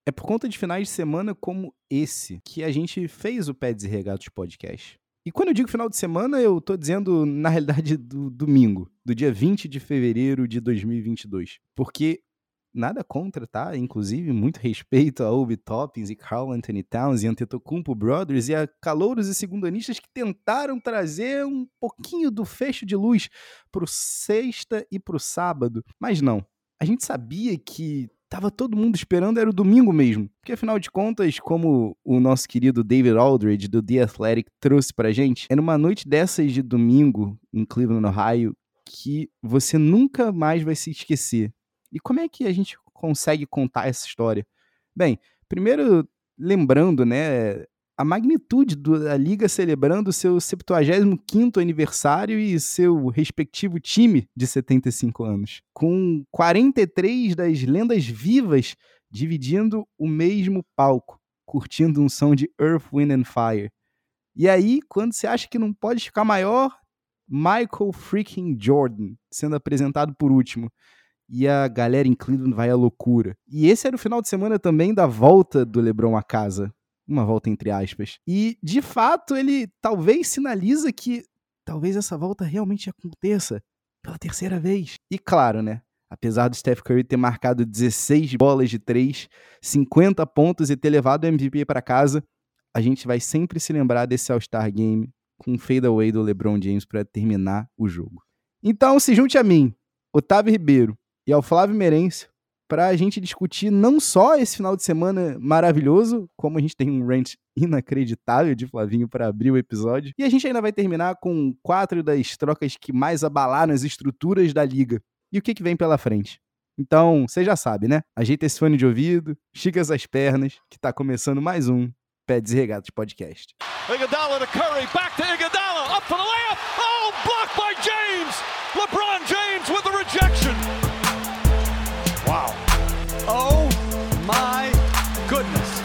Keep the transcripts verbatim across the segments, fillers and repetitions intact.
É por conta de finais de semana como esse que a gente fez o Pads e Regatas Podcast. E quando eu digo final de semana, eu tô dizendo, na realidade, do domingo, do dia vinte de fevereiro de dois mil e vinte e dois. Porque nada contra, tá? Inclusive, muito respeito a Obi Toppins e Karl Anthony Towns e Antetokounmpo Brothers e a calouros e segundanistas que tentaram trazer um pouquinho do fecho de luz pro sexta e pro sábado. Mas não. A gente sabia que tava todo mundo esperando, era o domingo mesmo. Porque, afinal de contas, como o nosso querido David Aldridge, do The Athletic, trouxe pra gente, era uma noite dessas de domingo, em Cleveland, Ohio, que você nunca mais vai se esquecer. E como é que a gente consegue contar essa história? Bem, primeiro, lembrando, né, a magnitude da Liga celebrando seu septuagésimo quinto aniversário e seu respectivo time de setenta e cinco anos. Com quarenta e três das lendas vivas dividindo o mesmo palco, curtindo um som de Earth, Wind and Fire. E aí, quando você acha que não pode ficar maior, Michael freaking Jordan sendo apresentado por último. E a galera em Cleveland vai à loucura. E esse era o final de semana também da volta do LeBron à casa. Uma volta entre aspas. E, de fato, ele talvez sinaliza que talvez essa volta realmente aconteça pela terceira vez. E claro, né? Apesar do Steph Curry ter marcado dezesseis bolas de três, cinquenta pontos e ter levado o M V P para casa, a gente vai sempre se lembrar desse All-Star Game com um fadeaway do LeBron James para terminar o jogo. Então, se junte a mim, Otávio Ribeiro, e ao Flávio Merencio, para a gente discutir não só esse final de semana maravilhoso, como a gente tem um rant inacreditável de Flavinho para abrir o episódio, e a gente ainda vai terminar com quatro das trocas que mais abalaram as estruturas da liga. E o que, que vem pela frente? Então, você já sabe, né? Ajeita esse fone de ouvido, estica essas pernas, que tá começando mais um Pads e Regatas Podcast. Iguodala to Curry, back to Iguodala, up for the layup, oh, blocked by James! LeBron James with the rejection! Wow. Oh my goodness.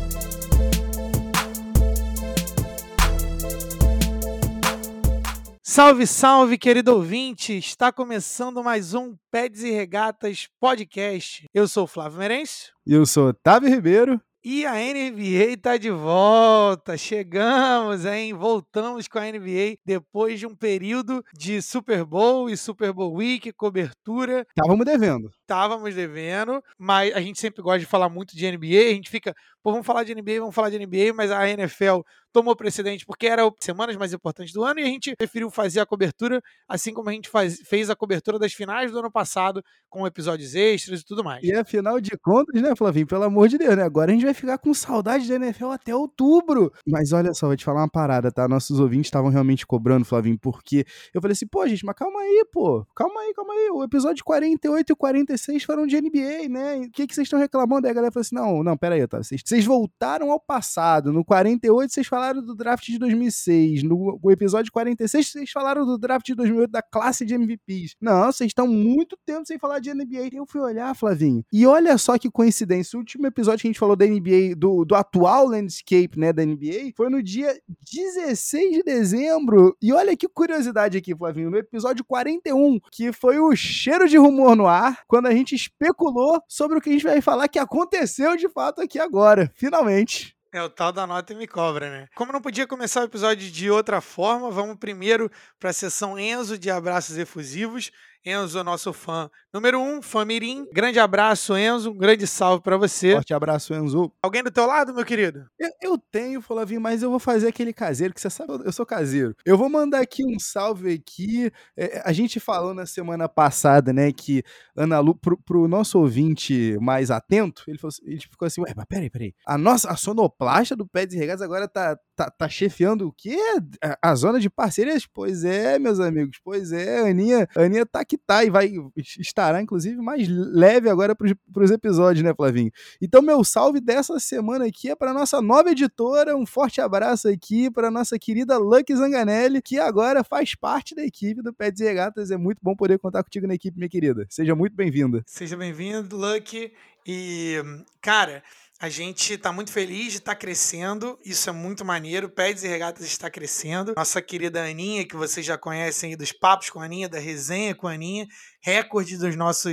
Salve, salve, querido ouvinte! Está começando mais um Pads e Regatas Podcast. Eu sou o Flávio Merencio. E eu sou Otávio Ribeiro. E a N B A tá de volta, chegamos, hein? Voltamos com a N B A depois de um período de Super Bowl e Super Bowl Week, cobertura. Estávamos devendo. Estávamos devendo, mas a gente sempre gosta de falar muito de N B A, a gente fica, pô, vamos falar de N B A, vamos falar de N B A, mas a N F L tomou precedente porque era a semanas mais importantes do ano e a gente preferiu fazer a cobertura, assim como a gente faz, fez a cobertura das finais do ano passado, com episódios extras e tudo mais. E afinal de contas, né, Flavinho, pelo amor de Deus, né, agora a gente vai ficar com saudade da N F L até outubro. Mas olha só, vou te falar uma parada, tá? Nossos ouvintes estavam realmente cobrando, Flavinho, porque eu falei assim, pô, gente, mas calma aí, pô, calma aí, calma aí, o episódio quarenta e oito e quarenta e seis foram de N B A, né, o que que vocês estão reclamando? Aí a galera falou assim, não, não, pera aí, tá, vocês, vocês voltaram ao passado, no quarenta e oito vocês falaram do draft de dois mil e seis, no, no episódio quarenta e seis vocês falaram do draft de dois mil e oito, da classe de M V Ps. Não, vocês estão muito tempo sem falar de N B A. Eu fui olhar, Flavinho, e olha só que coincidência, o último episódio que a gente falou da N B A, do, do atual landscape, né, da N B A, foi no dia dezesseis de dezembro, e olha que curiosidade aqui, Flavinho, no episódio quarenta e um, que foi o cheiro de rumor no ar, quando a gente especulou sobre o que a gente vai falar que aconteceu de fato aqui agora, finalmente. É o tal da nota e me cobra, né? Como não podia começar o episódio de outra forma, vamos primeiro para a sessão Enzo de abraços efusivos. Enzo, nosso fã número um, fã mirim. Grande abraço, Enzo. Um grande salve pra você. Forte abraço, Enzo. Alguém do teu lado, meu querido? Eu, eu tenho, Flavinho, mas eu vou fazer aquele caseiro, que você sabe, eu sou caseiro. Eu vou mandar aqui um salve aqui. É, a gente falou na semana passada, né, que Ana Lu, pro, pro nosso ouvinte mais atento, ele, falou, ele ficou assim, ué, mas peraí, peraí. A nossa, a sonoplasta do Pads e Regatas agora tá, tá, tá chefiando o quê? A, a zona de parcerias? Pois é, meus amigos, pois é, a Aninha, a Aninha tá que tá e vai, estará, inclusive, mais leve agora pros, pros episódios, né, Flavinho? Então, meu salve dessa semana aqui é pra nossa nova editora, um forte abraço aqui pra nossa querida Lucky Zanganelli, que agora faz parte da equipe do Pads e Regatas. É muito bom poder contar contigo na equipe, minha querida. Seja muito bem-vinda. Seja bem-vindo, Lucky. E, cara, a gente tá muito feliz de estar crescendo, isso é muito maneiro, Pads e Regatas está crescendo. Nossa querida Aninha, que vocês já conhecem aí dos papos com a Aninha, da resenha com a Aninha, recorde dos nossos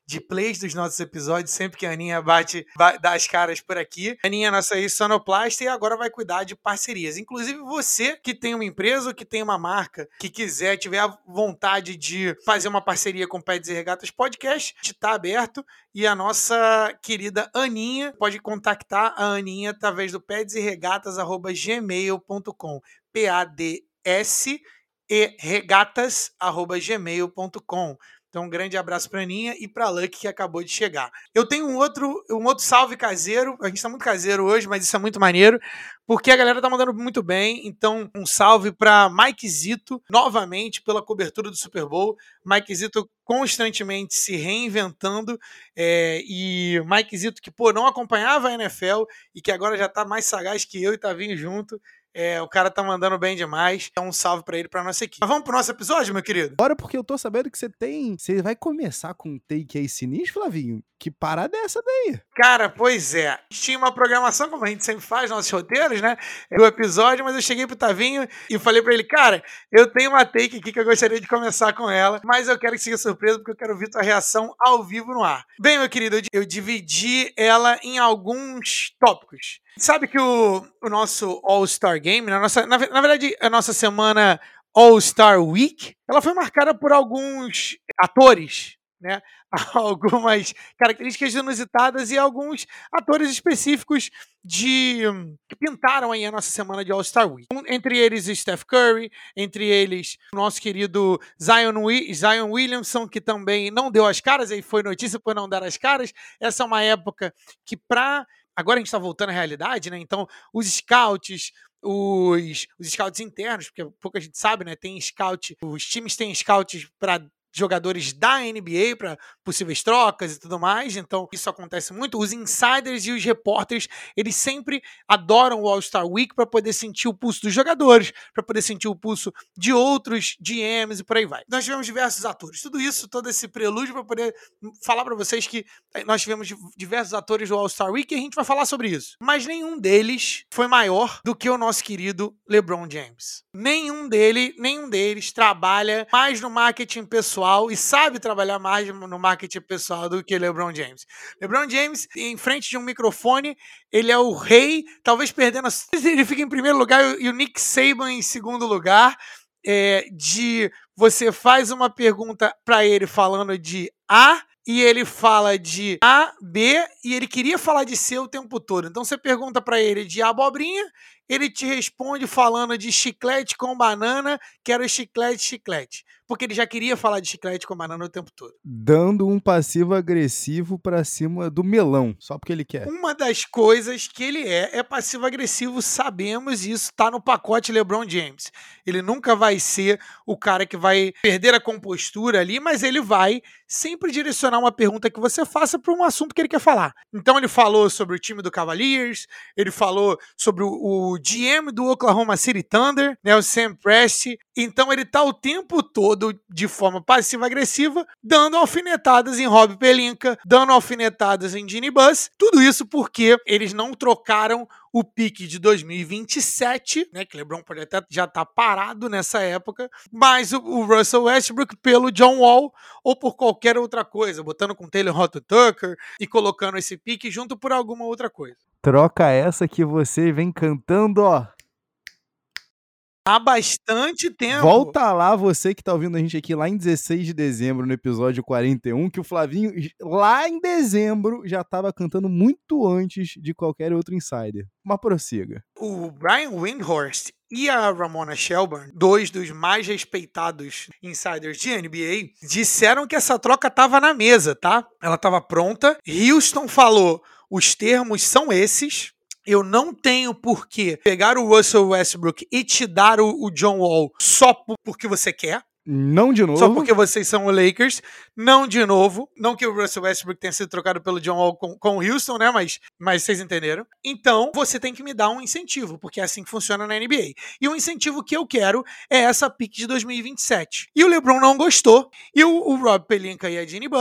de plays dos nossos episódios, sempre que a Aninha bate, dá as caras por aqui. A Aninha é nossa sonoplasta e agora vai cuidar de parcerias. Inclusive você que tem uma empresa ou que tem uma marca, que quiser, tiver a vontade de fazer uma parceria com o Pads e Regatas Podcast, está aberto. E a nossa querida Aninha pode contactar a Aninha através do pads e regatas arroba gmail ponto com. P A D S e regatas arroba gmail ponto com. Então, um grande abraço para a Aninha e para a Lucky, que acabou de chegar. Eu tenho um outro, um outro salve caseiro. A gente está muito caseiro hoje, mas isso é muito maneiro, porque a galera tá mandando muito bem. Então, um salve para Mike Zito, novamente, pela cobertura do Super Bowl. Mike Zito constantemente se reinventando. É, e Mike Zito, que pô, não acompanhava a N F L e que agora já tá mais sagaz que eu e tá vindo junto. É, o cara tá mandando bem demais. Então, um salve pra ele, pra nossa equipe. Mas vamos pro nosso episódio, meu querido? Bora, porque eu tô sabendo que você tem... Você vai começar com um take aí sinistro, Flavinho? Que parada é essa daí? Cara, pois é. A gente tinha uma programação, como a gente sempre faz, nossos roteiros, né? Do episódio, mas eu cheguei pro Tavinho e falei pra ele, cara, eu tenho uma take aqui que eu gostaria de começar com ela, mas eu quero que seja surpresa, porque eu quero ouvir tua reação ao vivo no ar. Bem, meu querido, eu dividi ela em alguns tópicos. Sabe que o, o nosso All-Star Game, na, nossa, na, na verdade, a nossa semana All-Star Week, ela foi marcada por alguns atores, né? Algumas características inusitadas e alguns atores específicos de, que pintaram aí a nossa semana de All-Star Week. Entre eles o Steph Curry, entre eles o nosso querido Zion, Zion Williamson, que também não deu as caras, aí foi notícia por não dar as caras. Essa é uma época que para... Agora a gente está voltando à realidade, né? Então, os scouts, os, os scouts internos, porque pouca gente sabe, né? Tem scout, os times têm scouts para jogadores da N B A para possíveis trocas e tudo mais, então isso acontece muito. Os insiders e os repórteres, eles sempre adoram o All-Star Week para poder sentir o pulso dos jogadores, para poder sentir o pulso de outros G Ms e por aí vai. Nós tivemos diversos atores, tudo isso, todo esse prelúdio para poder falar para vocês que nós tivemos diversos atores do All-Star Week e a gente vai falar sobre isso. Mas nenhum deles foi maior do que o nosso querido LeBron James. Nenhum dele, nenhum deles trabalha mais no marketing pessoal e sabe trabalhar mais no marketing pessoal do que LeBron James. LeBron James, em frente de um microfone, ele é o rei, talvez perdendo a... Ele fica em primeiro lugar e o Nick Saban em segundo lugar, é, de você faz uma pergunta para ele falando de A e ele fala de A, B e ele queria falar de C o tempo todo. Então você pergunta para ele de abobrinha, ele te responde falando de chiclete com banana, quero chiclete, chiclete. Porque ele já queria falar de chiclete com banana o tempo todo. Dando um passivo agressivo pra cima do melão, só porque ele quer. Uma das coisas que ele é, é passivo agressivo, sabemos, e isso tá no pacote LeBron James. Ele nunca vai ser o cara que vai perder a compostura ali, mas ele vai sempre direcionar uma pergunta que você faça para um assunto que ele quer falar. Então ele falou sobre o time do Cavaliers, ele falou sobre o, o G M do Oklahoma City Thunder, né, o Sam Presti. Então ele tá o tempo todo de forma passiva-agressiva, dando alfinetadas em Rob Pelinka, dando alfinetadas em Jeannie Buss, tudo isso porque eles não trocaram o pique de dois mil e vinte e sete, né, que LeBron pode até já estar tá parado nessa época, mas o, o Russell Westbrook pelo John Wall ou por qualquer outra coisa, botando com Taylor Horton Tucker e colocando esse pique junto por alguma outra coisa. Troca essa que você vem cantando, ó. Há bastante tempo. Volta lá, você que tá ouvindo a gente aqui lá em dezesseis de dezembro, no episódio quarenta e um, que o Flavinho, lá em dezembro, já tava cantando muito antes de qualquer outro insider. Mas prossiga. O Brian Windhorst e a Ramona Shelburne, dois dos mais respeitados insiders de N B A, disseram que essa troca tava na mesa, tá? Ela tava pronta. Houston falou, os termos são esses. Eu não tenho por que pegar o Russell Westbrook e te dar o, o John Wall só por, porque você quer. Não de novo. Só porque vocês são o Lakers. Não de novo. Não que o Russell Westbrook tenha sido trocado pelo John Wall com, com o Houston, né? Mas, mas vocês entenderam. Então, você tem que me dar um incentivo, porque é assim que funciona na N B A. E o incentivo que eu quero é essa pick de dois mil e vinte e sete. E o LeBron não gostou. E o, o Rob Pelinka e a Jeannie Buss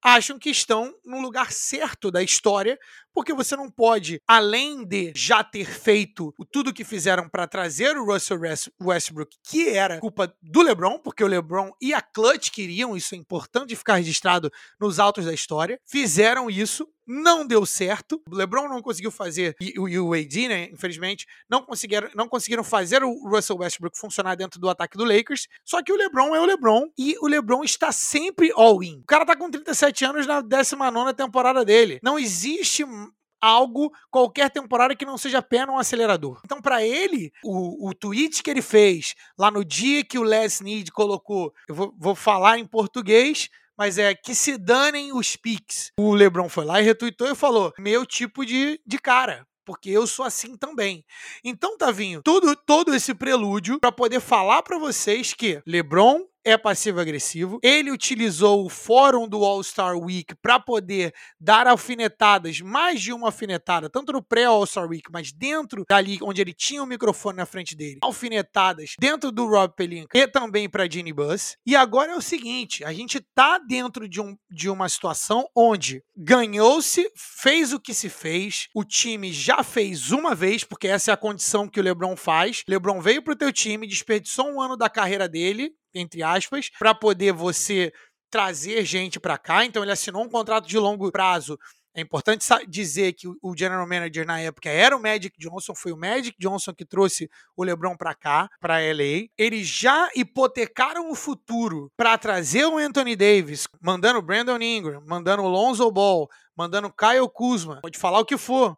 acham que estão no lugar certo da história, porque você não pode, além de já ter feito tudo o que fizeram para trazer o Russell Westbrook, que era culpa do LeBron, porque o LeBron e a Clutch queriam, isso é importante ficar registrado nos autos da história, fizeram isso, não deu certo, o LeBron não conseguiu fazer, e, e o A D, né, infelizmente, não conseguiram, não conseguiram fazer o Russell Westbrook funcionar dentro do ataque do Lakers, só que o LeBron é o LeBron, e o LeBron está sempre all-in. O cara tá com trinta e sete anos na décima nona temporada dele. Não existe algo, qualquer temporada que não seja pé num acelerador. Então, pra ele, o, o tweet que ele fez lá no dia que o Les Need colocou, eu vou, vou falar em português, mas é que se danem os piques. O LeBron foi lá e retweetou e falou, meu tipo de, de cara. Porque eu sou assim também. Então, Tavinho, tudo, todo esse prelúdio para poder falar para vocês que LeBron é passivo-agressivo. Ele utilizou o fórum do All-Star Week para poder dar alfinetadas, mais de uma alfinetada, tanto no pré-All-Star Week, mas dentro dali onde ele tinha o microfone na frente dele, alfinetadas dentro do Rob Pelinka e também para Jeanie Buss. E agora é o seguinte, a gente tá dentro de, um, de uma situação onde ganhou-se, fez o que se fez, o time já fez uma vez, porque essa é a condição que o LeBron faz. LeBron veio pro teu time, desperdiçou um ano da carreira dele, entre aspas, para poder você trazer gente para cá. Então ele assinou um contrato de longo prazo. É importante dizer que o general manager na época era o Magic Johnson, foi o Magic Johnson que trouxe o LeBron para cá, para L A. Eles já hipotecaram o futuro para trazer o Anthony Davis, mandando o Brandon Ingram, mandando o Lonzo Ball, mandando o Kyle Kuzma, pode falar o que for.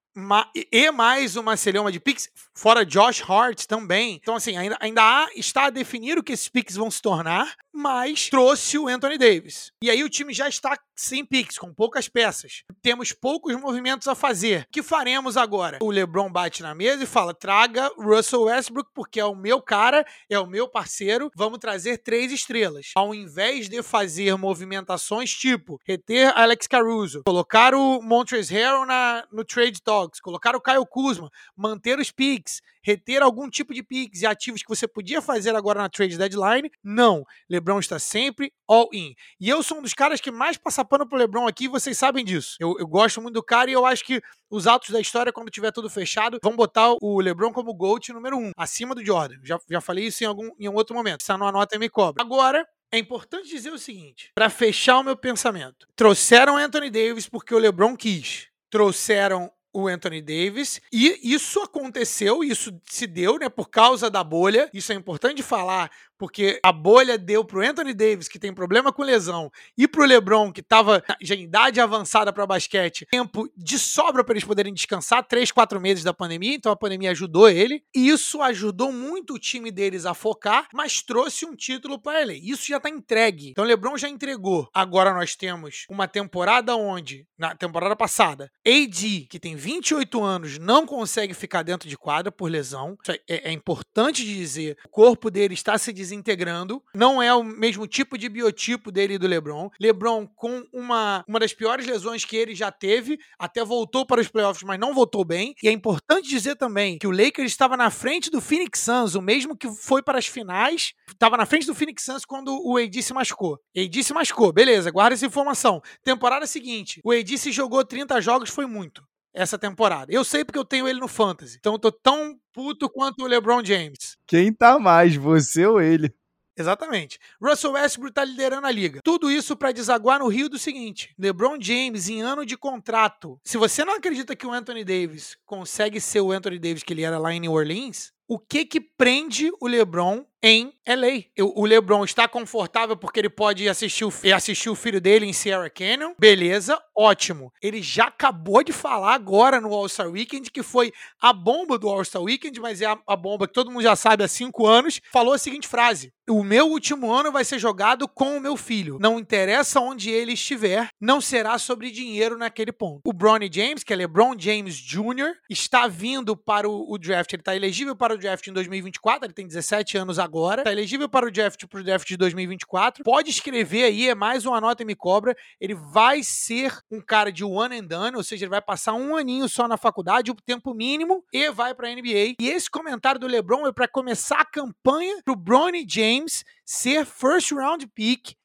E mais uma celeuma de picks, fora Josh Hart também. Então, assim, ainda, ainda há, está a definir o que esses picks vão se tornar, mas trouxe o Anthony Davis. E aí o time já está sem picks, com poucas peças. Temos poucos movimentos a fazer. O que faremos agora? O LeBron bate na mesa e fala, traga Russell Westbrook, porque é o meu cara, é o meu parceiro, vamos trazer três estrelas. Ao invés de fazer movimentações tipo, reter Alex Caruso, colocar o Montrezl Harrell na, no trade talks, colocar o Kyle Kuzma, manter os picks, reter algum tipo de picks e ativos que você podia fazer agora na trade deadline. Não. LeBron está sempre all in. E eu sou um dos caras que mais passa pano pro LeBron aqui, vocês sabem disso. Eu, eu gosto muito do cara e eu acho que os autos da história, quando tiver tudo fechado, vão botar o LeBron como GOAT número um, acima do Jordan. Já, já falei isso em, algum, em um outro momento. Se não anota, me cobra. Agora, é importante dizer o seguinte, para fechar o meu pensamento. Trouxeram Anthony Davis porque o LeBron quis. Trouxeram o Anthony Davis, e isso aconteceu, isso se deu, né, por causa da bolha. Isso é importante falar, porque a bolha deu pro Anthony Davis, que tem problema com lesão, e pro LeBron, que tava já em idade avançada para basquete, tempo de sobra para eles poderem descansar, três, quatro meses da pandemia, então a pandemia ajudou ele, e isso ajudou muito o time deles a focar, mas trouxe um título para ele. Isso já tá entregue. Então o LeBron já entregou. Agora nós temos uma temporada onde, na temporada passada, A D, que tem vinte e oito anos, não consegue ficar dentro de quadra por lesão. Isso é, é importante de dizer. O corpo dele está se desintegrando. Não é o mesmo tipo de biotipo dele e do LeBron. LeBron com uma, uma das piores lesões que ele já teve, até voltou para os playoffs, mas não voltou bem. E é importante dizer também que o Lakers estava na frente do Phoenix Suns, o mesmo que foi para as finais, estava na frente do Phoenix Suns quando o A D se machucou. A D se machucou, beleza, guarda essa informação. Temporada seguinte, o A D se jogou trinta jogos, foi muito. Essa temporada. Eu sei porque eu tenho ele no Fantasy. Então eu tô tão puto quanto o LeBron James. Quem tá mais, você ou ele? Exatamente. Russell Westbrook tá liderando a liga. Tudo isso para desaguar no rio do seguinte. LeBron James em ano de contrato. Se você não acredita que o Anthony Davis consegue ser o Anthony Davis que ele era lá em New Orleans, o que que prende o LeBron em L A? O LeBron está confortável porque ele pode assistir o, assistir o filho dele em Sierra Canyon? Beleza, ótimo. Ele já acabou de falar agora no All-Star Weekend, que foi a bomba do All-Star Weekend, mas é a, a bomba que todo mundo já sabe há cinco anos, falou a seguinte frase: o meu último ano vai ser jogado com o meu filho. Não interessa onde ele estiver, não será sobre dinheiro naquele ponto. O Bronny James, que é LeBron James Júnior, está vindo para o, o draft. Ele está elegível para o draft em dois mil e vinte e quatro, ele tem dezessete anos agora. Agora, está elegível para o draft, para o draft de dois mil e vinte e quatro. Pode escrever aí, é mais uma nota e me cobra. Ele vai ser um cara de one and done, ou seja, ele vai passar um aninho só na faculdade, o tempo mínimo, e vai para a N B A. E esse comentário do LeBron é para começar a campanha para o Bronny James ser first round pick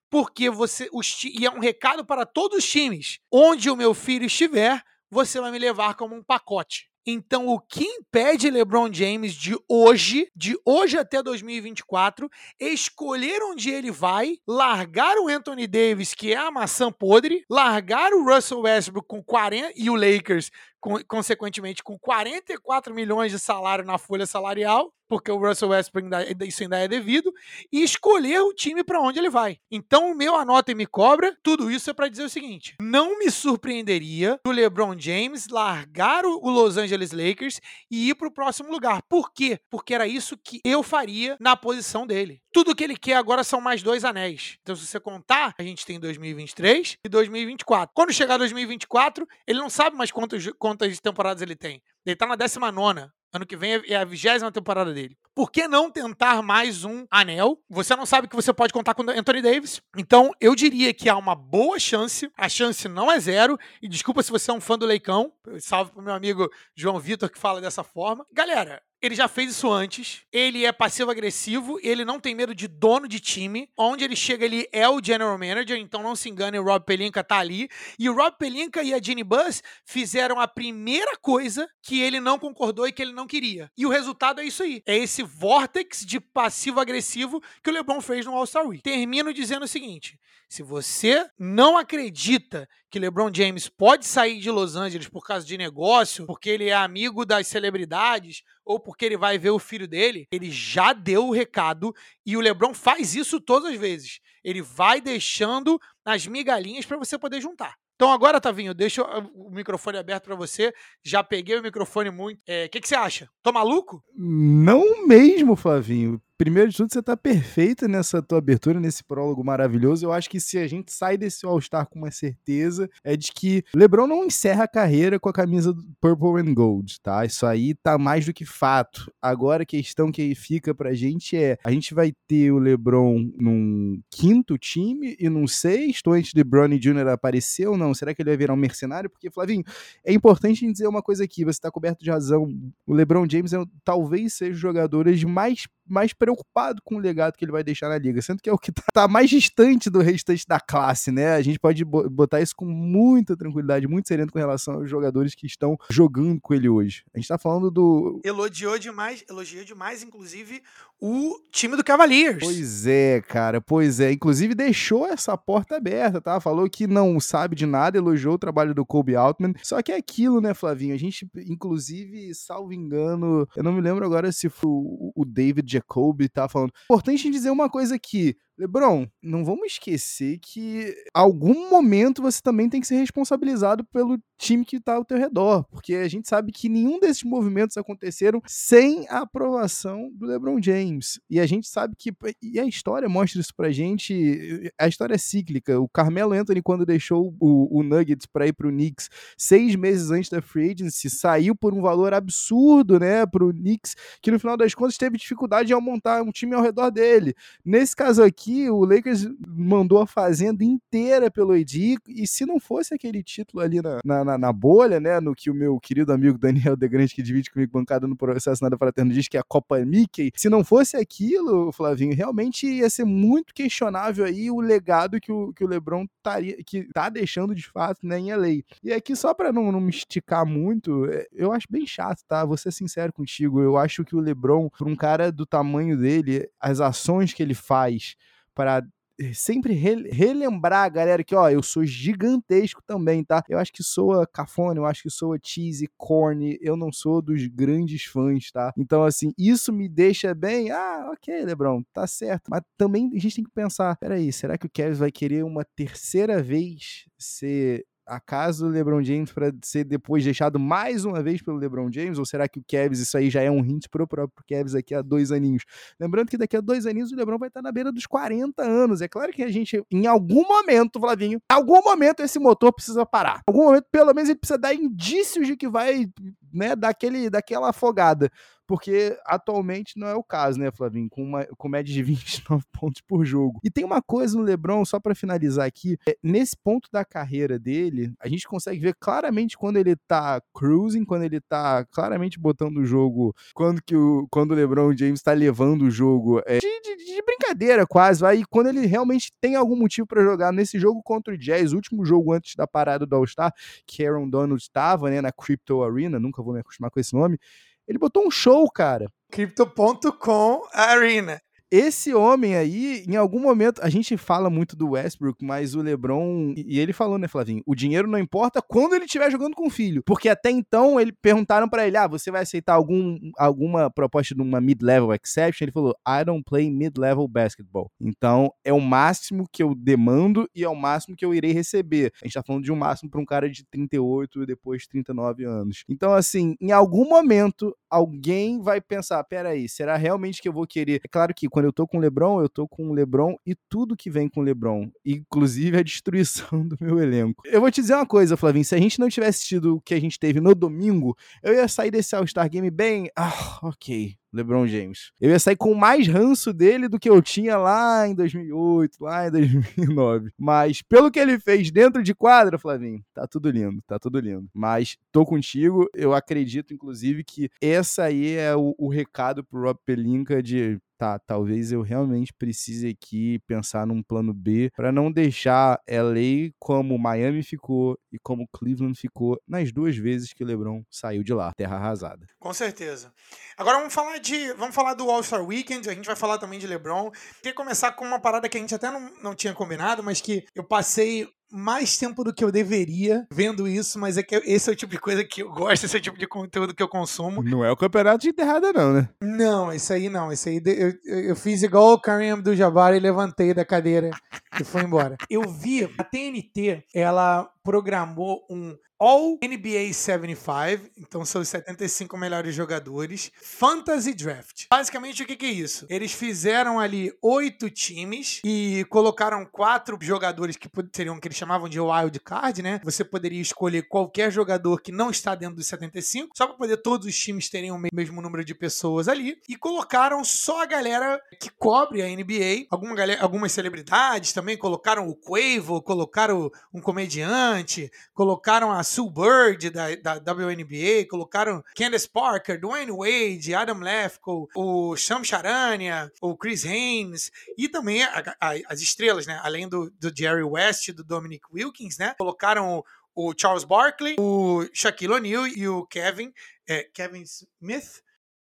porque você, os, e é um recado para todos os times, onde o meu filho estiver, você vai me levar como um pacote. Então, o que impede LeBron James de hoje, de hoje até dois mil e vinte e quatro, escolher onde ele vai, largar o Anthony Davis, que é a maçã podre, largar o Russell Westbrook com quarenta e o Lakers, com, consequentemente, com quarenta e quatro milhões de salário na folha salarial, porque o Russell Westbrook, ainda, isso ainda é devido, e escolher o time para onde ele vai. Então, o meu anota e me cobra, tudo isso é para dizer o seguinte: não me surpreenderia o LeBron James largar o, o Los Angeles Lakers e ir para o próximo lugar. Por quê? Porque era isso que eu faria na posição dele. Tudo que ele quer agora são mais dois anéis. Então, se você contar, a gente tem dois mil e vinte e três e dois mil e vinte e quatro. Quando chegar dois mil e vinte e quatro, ele não sabe mais quantos, quantas temporadas ele tem. Ele tá na décima nona. Ano que vem é a vigésima temporada dele. Por que não tentar mais um anel? Você não sabe que você pode contar com o Anthony Davis. Então, eu diria que há uma boa chance. A chance não é zero. E desculpa se você é um fã do Leicão. Salve pro meu amigo João Vitor, que fala dessa forma. Galera, ele já fez isso antes, ele é passivo-agressivo, ele não tem medo de dono de time, onde ele chega ele é o general manager, então não se engane, o Rob Pelinka tá ali, e o Rob Pelinka e a Jeannie Buss fizeram a primeira coisa que ele não concordou e que ele não queria, e o resultado é isso aí, é esse vórtex de passivo-agressivo que o LeBron fez no All-Star Week. Termino dizendo o seguinte: se você não acredita que LeBron James pode sair de Los Angeles por causa de negócio, porque ele é amigo das celebridades, ou porque ele vai ver o filho dele, ele já deu o recado, e o LeBron faz isso todas as vezes. Ele vai deixando as migalhinhas para você poder juntar. Então agora, Tavinho, deixa o microfone aberto para você. Já peguei o microfone muito. O é, que, que você acha? Tô maluco? Não mesmo, Flavinho. Primeiro de tudo, você tá perfeito nessa tua abertura, nesse prólogo maravilhoso. Eu acho que se a gente sai desse All-Star com uma certeza, é de que LeBron não encerra a carreira com a camisa do Purple and Gold, tá? Isso aí tá mais do que fato. Agora a questão que fica pra gente é, a gente vai ter o LeBron num quinto time e num sexto, antes de Bronny Júnior aparecer ou não? Será que ele vai virar um mercenário? Porque, Flavinho, é importante dizer uma coisa aqui, você tá coberto de razão. O LeBron James é, talvez seja o jogador mais mais preocupado com o legado que ele vai deixar na liga, sendo que é o que tá, tá mais distante do restante da classe, né? A gente pode botar isso com muita tranquilidade, muito sereno com relação aos jogadores que estão jogando com ele hoje. A gente tá falando do... Elogiou demais, elogiou demais, inclusive, o time do Cavaliers. Pois é, cara, pois é. Inclusive deixou essa porta aberta, tá? Falou que não sabe de nada, elogiou o trabalho do Kobe Altman. Só que é aquilo, né, Flavinho? A gente, inclusive, salvo engano, eu não me lembro agora se foi o David Jacoby tá falando. Importante dizer uma coisa aqui. LeBron, não vamos esquecer que algum momento você também tem que ser responsabilizado pelo time que tá ao teu redor, porque a gente sabe que nenhum desses movimentos aconteceram sem a aprovação do LeBron James, e a gente sabe que, e a história mostra isso pra gente, a história é cíclica. O Carmelo Anthony, quando deixou o, o Nuggets pra ir pro Knicks seis meses antes da free agency, saiu por um valor absurdo, né, pro Knicks, que no final das contas teve dificuldade ao montar um time ao redor dele. Nesse caso aqui, o Lakers mandou a fazenda inteira pelo A D, e se não fosse aquele título ali na, na, na bolha, né, no que o meu querido amigo Daniel Degrande, que divide comigo bancada no processo Nada Fraterno, diz que é a Copa Mickey, se não fosse aquilo, Flavinho, realmente ia ser muito questionável aí o legado que o, que o LeBron taria, que tá deixando de fato, né, em L A. E aqui, só pra não, não me esticar muito, eu acho bem chato, tá? Vou ser sincero contigo, eu acho que o LeBron, por um cara do tamanho dele, as ações que ele faz para sempre re- relembrar a galera que, ó, eu sou gigantesco também, tá? Eu acho que soa cafona, eu acho que soa cheesy, corny, eu não sou dos grandes fãs, tá? Então, assim, isso me deixa bem, ah, ok, LeBron, tá certo. Mas também a gente tem que pensar, peraí, será que o Cavs vai querer uma terceira vez ser... acaso o LeBron James para ser depois deixado mais uma vez pelo LeBron James, ou será que o Cavs, isso aí já é um hint pro próprio Cavs daqui a dois aninhos? Lembrando que daqui a dois aninhos o LeBron vai estar na beira dos quarenta anos. É claro que a gente, em algum momento, Flavinho, em algum momento esse motor precisa parar. Em algum momento, pelo menos, ele precisa dar indícios de que vai, né, dar aquele, daquela afogada. porque atualmente não é o caso, né, Flavinho? Com, uma, com média de vinte e nove pontos por jogo. E tem uma coisa no LeBron, só pra finalizar aqui, é, nesse ponto da carreira dele, a gente consegue ver claramente quando ele tá cruising, quando ele tá claramente botando o jogo, quando, que o, quando o LeBron James tá levando o jogo é, de, de, de brincadeira quase, vai, e quando ele realmente tem algum motivo pra jogar. Nesse jogo contra o Jazz, o último jogo antes da parada do All-Star, que Aaron Donald estava, né, na Crypto Arena, nunca vou me acostumar com esse nome, ele botou um show, cara. Crypto ponto com Arena. Esse homem aí, em algum momento, a gente fala muito do Westbrook, mas o LeBron, e ele falou, né, Flavinho, o dinheiro não importa quando ele estiver jogando com o filho, porque até então, ele perguntaram pra ele, ah, você vai aceitar algum, alguma proposta de uma mid-level exception? Ele falou, I don't play mid-level basketball. Então, é o máximo que eu demando e é o máximo que eu irei receber. A gente tá falando de um máximo pra um cara de trinta e oito e depois trinta e nove anos. Então, assim, em algum momento, alguém vai pensar, peraí, será realmente que eu vou querer? É claro que quando eu tô com o LeBron, eu tô com o LeBron e tudo que vem com o LeBron, inclusive a destruição do meu elenco. Eu vou te dizer uma coisa, Flavinho, se a gente não tivesse tido o que a gente teve no domingo, eu ia sair desse All-Star Game bem, ah, ok, LeBron James. Eu ia sair com mais ranço dele do que eu tinha lá em dois mil e oito, lá em dois mil e nove. Mas pelo que ele fez dentro de quadra, Flavinho, tá tudo lindo, tá tudo lindo. Mas tô contigo, eu acredito, inclusive, que essa aí é o, o recado pro Rob Pelinka de... Tá, talvez eu realmente precise aqui pensar num plano B para não deixar L A como Miami ficou e como Cleveland ficou nas duas vezes que o LeBron saiu de lá, terra arrasada. Com certeza. Agora vamos falar de, vamos falar do All-Star Weekend, a gente vai falar também de LeBron. Queria começar com uma parada que a gente até não, não tinha combinado, mas que eu passei mais tempo do que eu deveria vendo isso, mas é que esse é o tipo de coisa que eu gosto, esse é o tipo de conteúdo que eu consumo. Não é o campeonato de enterrada não, né? Não, isso aí não, isso aí eu, eu, eu fiz igual o Kareem Abdul-Jabbar e levantei da cadeira e fui embora. Eu vi, a T N T, ela programou um All N B A setenta e cinco, então são os setenta e cinco melhores jogadores, Fantasy Draft. Basicamente, o que, que é isso? Eles fizeram ali oito times e colocaram quatro jogadores que seriam, que eles chamavam de wild card, né? Você poderia escolher qualquer jogador que não está dentro dos setenta e cinco, só para poder todos os times terem o mesmo número de pessoas ali, e colocaram só a galera que cobre a N B A, alguma galera, algumas celebridades também, colocaram o Quavo, colocaram um comediante, colocaram a Sue Bird da, da W N B A, colocaram Candace Parker, Dwayne Wade, Adam Lefkoe, o Shams Charania, o Chris Haynes e também a, a, as estrelas, né? Além do, do Jerry West e do Dominic Wilkins, né? Colocaram o, o Charles Barkley, o Shaquille O'Neal e o Kevin, é, Kevin Smith.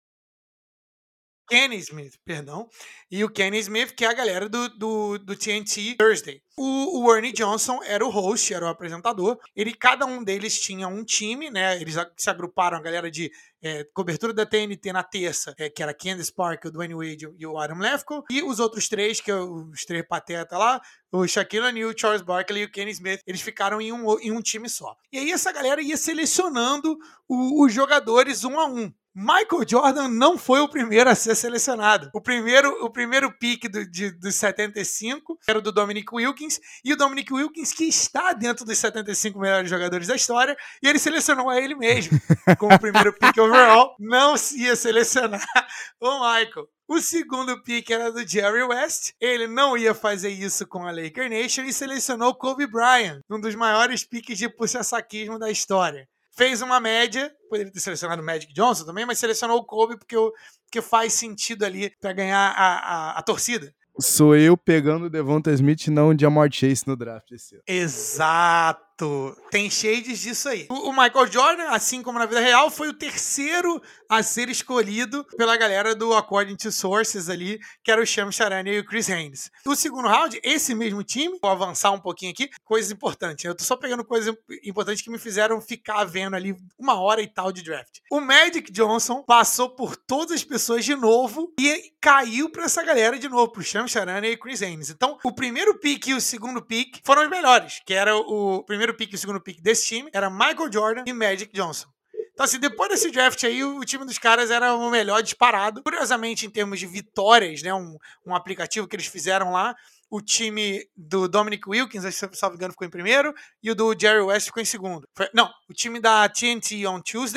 Kenny Smith, perdão. E o Kenny Smith, que é a galera do, do, do T N T Thursday. O, o Ernie Johnson era o host, era o apresentador. Ele, cada um deles tinha um time, né? Eles se agruparam, a galera de é, cobertura da T N T na terça, é, que era Candace Parker, o Dwayne Wade e o Adam Lefkoe. E os outros três, que é os três patetas lá, o Shaquille O'Neal, o Charles Barkley e o Kenny Smith, eles ficaram em um, em um time só. E aí essa galera ia selecionando o, os jogadores um a um. Michael Jordan não foi o primeiro a ser selecionado. O primeiro, o primeiro pick do, de, dos setenta e cinco era o do Dominic Wilkins, e o Dominic Wilkins, que está dentro dos setenta e cinco melhores jogadores da história, e ele selecionou a ele mesmo. Como o primeiro pick overall, não se ia selecionar o Michael. O segundo pick era do Jerry West. Ele não ia fazer isso com a Laker Nation e selecionou Kobe Bryant, um dos maiores piques de puxa-saquismo da história. Fez uma média, poderia ter selecionado o Magic Johnson também, mas selecionou o Kobe porque, porque faz sentido ali para ganhar a, a, a torcida. Sou eu pegando o Devonta Smith e não o Ja'Marr Chase no draft esse ano. Exato! Tem shades disso aí. O, o Michael Jordan, assim como na vida real, foi o terceiro a ser escolhido pela galera do According to Sources ali, que era o Shams Charania e o Chris Haynes. O segundo round, esse mesmo time, vou avançar um pouquinho aqui, coisas importantes. Eu tô só pegando coisas importantes que me fizeram ficar vendo ali uma hora e tal de draft. O Magic Johnson passou por todas as pessoas de novo e caiu pra essa galera de novo, pro Shams Charania e Chris Haynes. Então, o primeiro pick e o segundo pick foram os melhores, que era o primeiro pick e o segundo pick desse time, era Michael Jordan e Magic Johnson. Então, assim, depois desse draft aí, o time dos caras era o melhor disparado. Curiosamente, em termos de vitórias, né, um, um aplicativo que eles fizeram lá, o time do Dominic Wilkins, se não me engano, ficou em primeiro, e o do Jerry West ficou em segundo. Foi, não, o time da T N T on Tuesday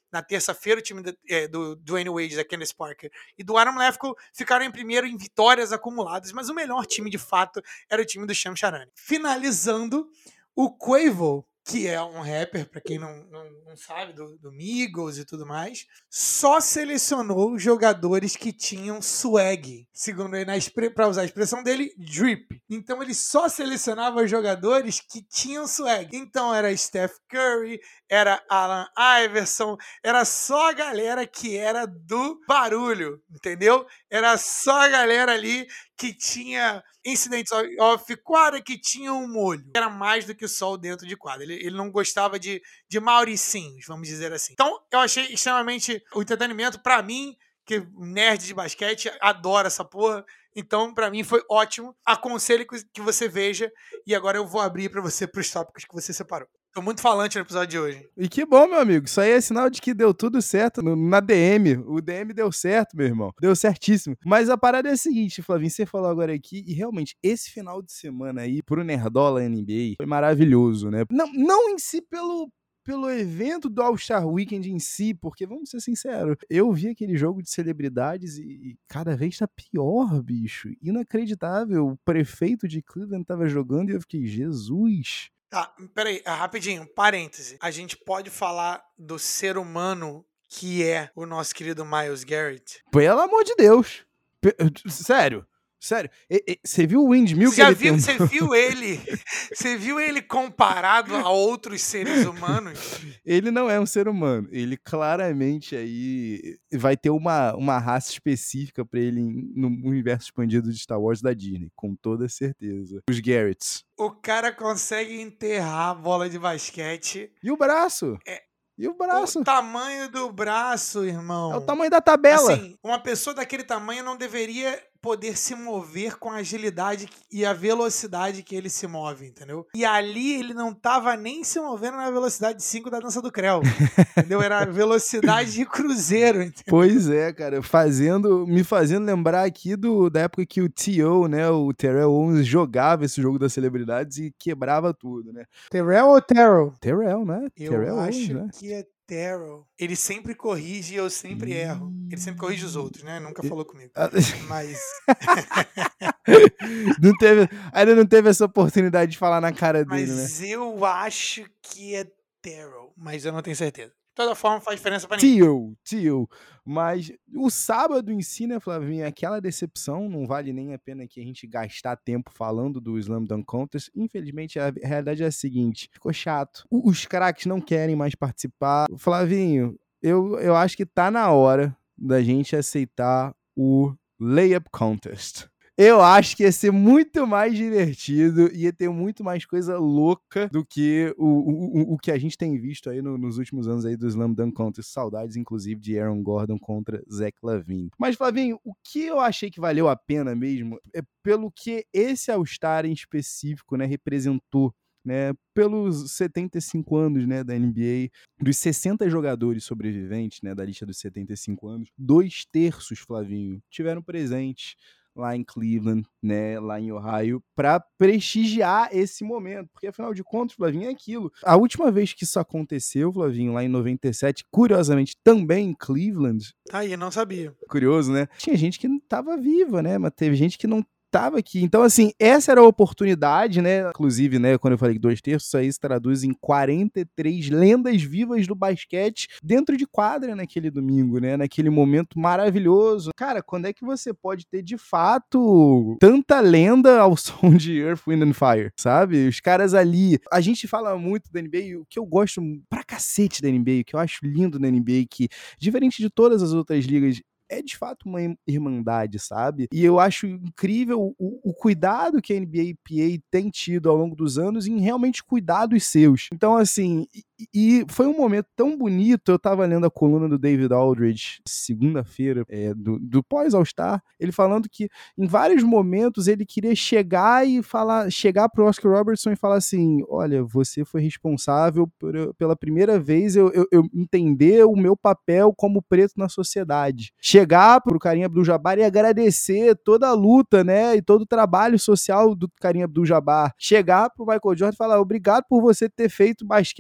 na terça-feira, o time do, é, do Dwayne Wade, da Candace Parker e do Adam Lefkoe ficaram em primeiro em vitórias acumuladas, mas o melhor time, de fato, era o time do Shams Charania. Finalizando, o Quavo, que é um rapper, pra quem não, não, não sabe, do, do Migos e tudo mais, só selecionou jogadores que tinham swag, segundo ele, para usar a expressão dele, drip. Então ele só selecionava jogadores que tinham swag. Então era Steph Curry, era Allen Iverson, era só a galera que era do barulho, entendeu? Era só a galera ali que tinha incidentes off-quadra, que tinha um molho. Era mais do que só o dentro de quadra. Ele, ele não gostava de, de mauricinhos, vamos dizer assim. Então, eu achei extremamente o entretenimento, pra mim, que nerd de basquete, adora essa porra. Então, pra mim, foi ótimo. Aconselho que você veja. E agora eu vou abrir pra você pros tópicos que você separou. Tô muito falante no episódio de hoje. E que bom, meu amigo. Isso aí é sinal de que deu tudo certo no, na D M. O D M deu certo, meu irmão. Deu certíssimo. Mas a parada é a seguinte, Flavinho, você falou agora aqui, e realmente, esse final de semana aí, pro Nerdola N B A, foi maravilhoso, né? Não, não em si pelo... pelo evento do All-Star Weekend em si, porque, vamos ser sinceros, eu vi aquele jogo de celebridades e, e cada vez tá pior, bicho. Inacreditável. O prefeito de Cleveland tava jogando e eu fiquei, Jesus... Tá, peraí, rapidinho, parêntese. A gente pode falar do ser humano que é o nosso querido Myles Garrett? Pelo amor de Deus. P- Sério. Sério. Você viu o Windmill que ele viu, tem? Você viu ele? Você viu ele comparado a outros seres humanos? Ele não é um ser humano. Ele claramente aí vai ter uma, uma raça específica pra ele no universo expandido de Star Wars da Disney, com toda certeza. Os Garretts. O cara consegue enterrar a bola de basquete. E o braço? É. E o braço? O tamanho do braço, irmão. É o tamanho da tabela. Assim, uma pessoa daquele tamanho não deveria poder se mover com a agilidade e a velocidade que ele se move, entendeu? E ali ele não tava nem se movendo na velocidade cinco da dança do Creu, entendeu? Era velocidade de cruzeiro, entendeu? Pois é, cara, fazendo, me fazendo lembrar aqui do, da época que o T O, né, o Terrell Owens jogava esse jogo das celebridades e quebrava tudo, né? Terrell ou Terrell? Terrell, né? Eu Terrell acho Owens, né? que é Terrell. Ele sempre corrige e eu sempre erro. Ele sempre corrige os outros, né? Nunca falou comigo. Mas... não teve, ainda não teve essa oportunidade de falar na cara dele, mas né? Mas eu acho que é Terrell, mas eu não tenho certeza. De toda forma, faz diferença pra ninguém. Tio, tio. Mas o sábado em si, né, Flavinho, aquela decepção, não vale nem a pena que a gente gastar tempo falando do Slam Dunk Contest. Infelizmente, a realidade é a seguinte, ficou chato. Os craques não querem mais participar. Flavinho, eu, eu acho que tá na hora da gente aceitar o Layup Contest. Eu acho que ia ser muito mais divertido, ia ter muito mais coisa louca do que o, o, o que a gente tem visto aí no, nos últimos anos aí do Slam Dunk Contest. Saudades, inclusive, de Aaron Gordon contra Zach LaVine. Mas, Flavinho, o que eu achei que valeu a pena mesmo é pelo que esse All-Star em específico, né, representou. Né, pelos setenta e cinco anos, né, da N B A, dos sessenta jogadores sobreviventes, né, da lista dos setenta e cinco anos, dois terços, Flavinho, tiveram presentes lá em Cleveland, né, lá em Ohio, para prestigiar esse momento, porque afinal de contas, Flavinho, é aquilo. A última vez que isso aconteceu, Flavinho, lá em noventa e sete, curiosamente, também em Cleveland. Tá aí, não sabia. Curioso, né? Tinha gente que não tava viva, né, mas teve gente que não tava aqui. Então, assim, essa era a oportunidade, né? Inclusive, né, quando eu falei que dois terços, isso aí se traduz em quarenta e três lendas vivas do basquete dentro de quadra naquele domingo, né? Naquele momento maravilhoso. Cara, quando é que você pode ter, de fato, tanta lenda ao som de Earth, Wind and Fire, sabe? Os caras ali... A gente fala muito da N B A, o que eu gosto pra cacete da N B A, o que eu acho lindo da N B A, que, diferente de todas as outras ligas, é de fato uma irmandade, sabe? E eu acho incrível o, o cuidado que a N B A e P A tem tido ao longo dos anos em realmente cuidar dos seus. Então, assim, e, e foi um momento tão bonito. Eu tava lendo a coluna do David Aldridge, segunda-feira, é, do, do pós-All-Star, ele falando que em vários momentos ele queria chegar e falar, chegar pro Oscar Robertson e falar assim, olha, você foi responsável por, pela primeira vez eu, eu, eu entender o meu papel como preto na sociedade. Chegar pro Kareem Abdul-Jabbar e agradecer toda a luta, né, e todo o trabalho social do Kareem Abdul-Jabbar. Chegar pro Michael Jordan e falar, obrigado por você ter feito basquete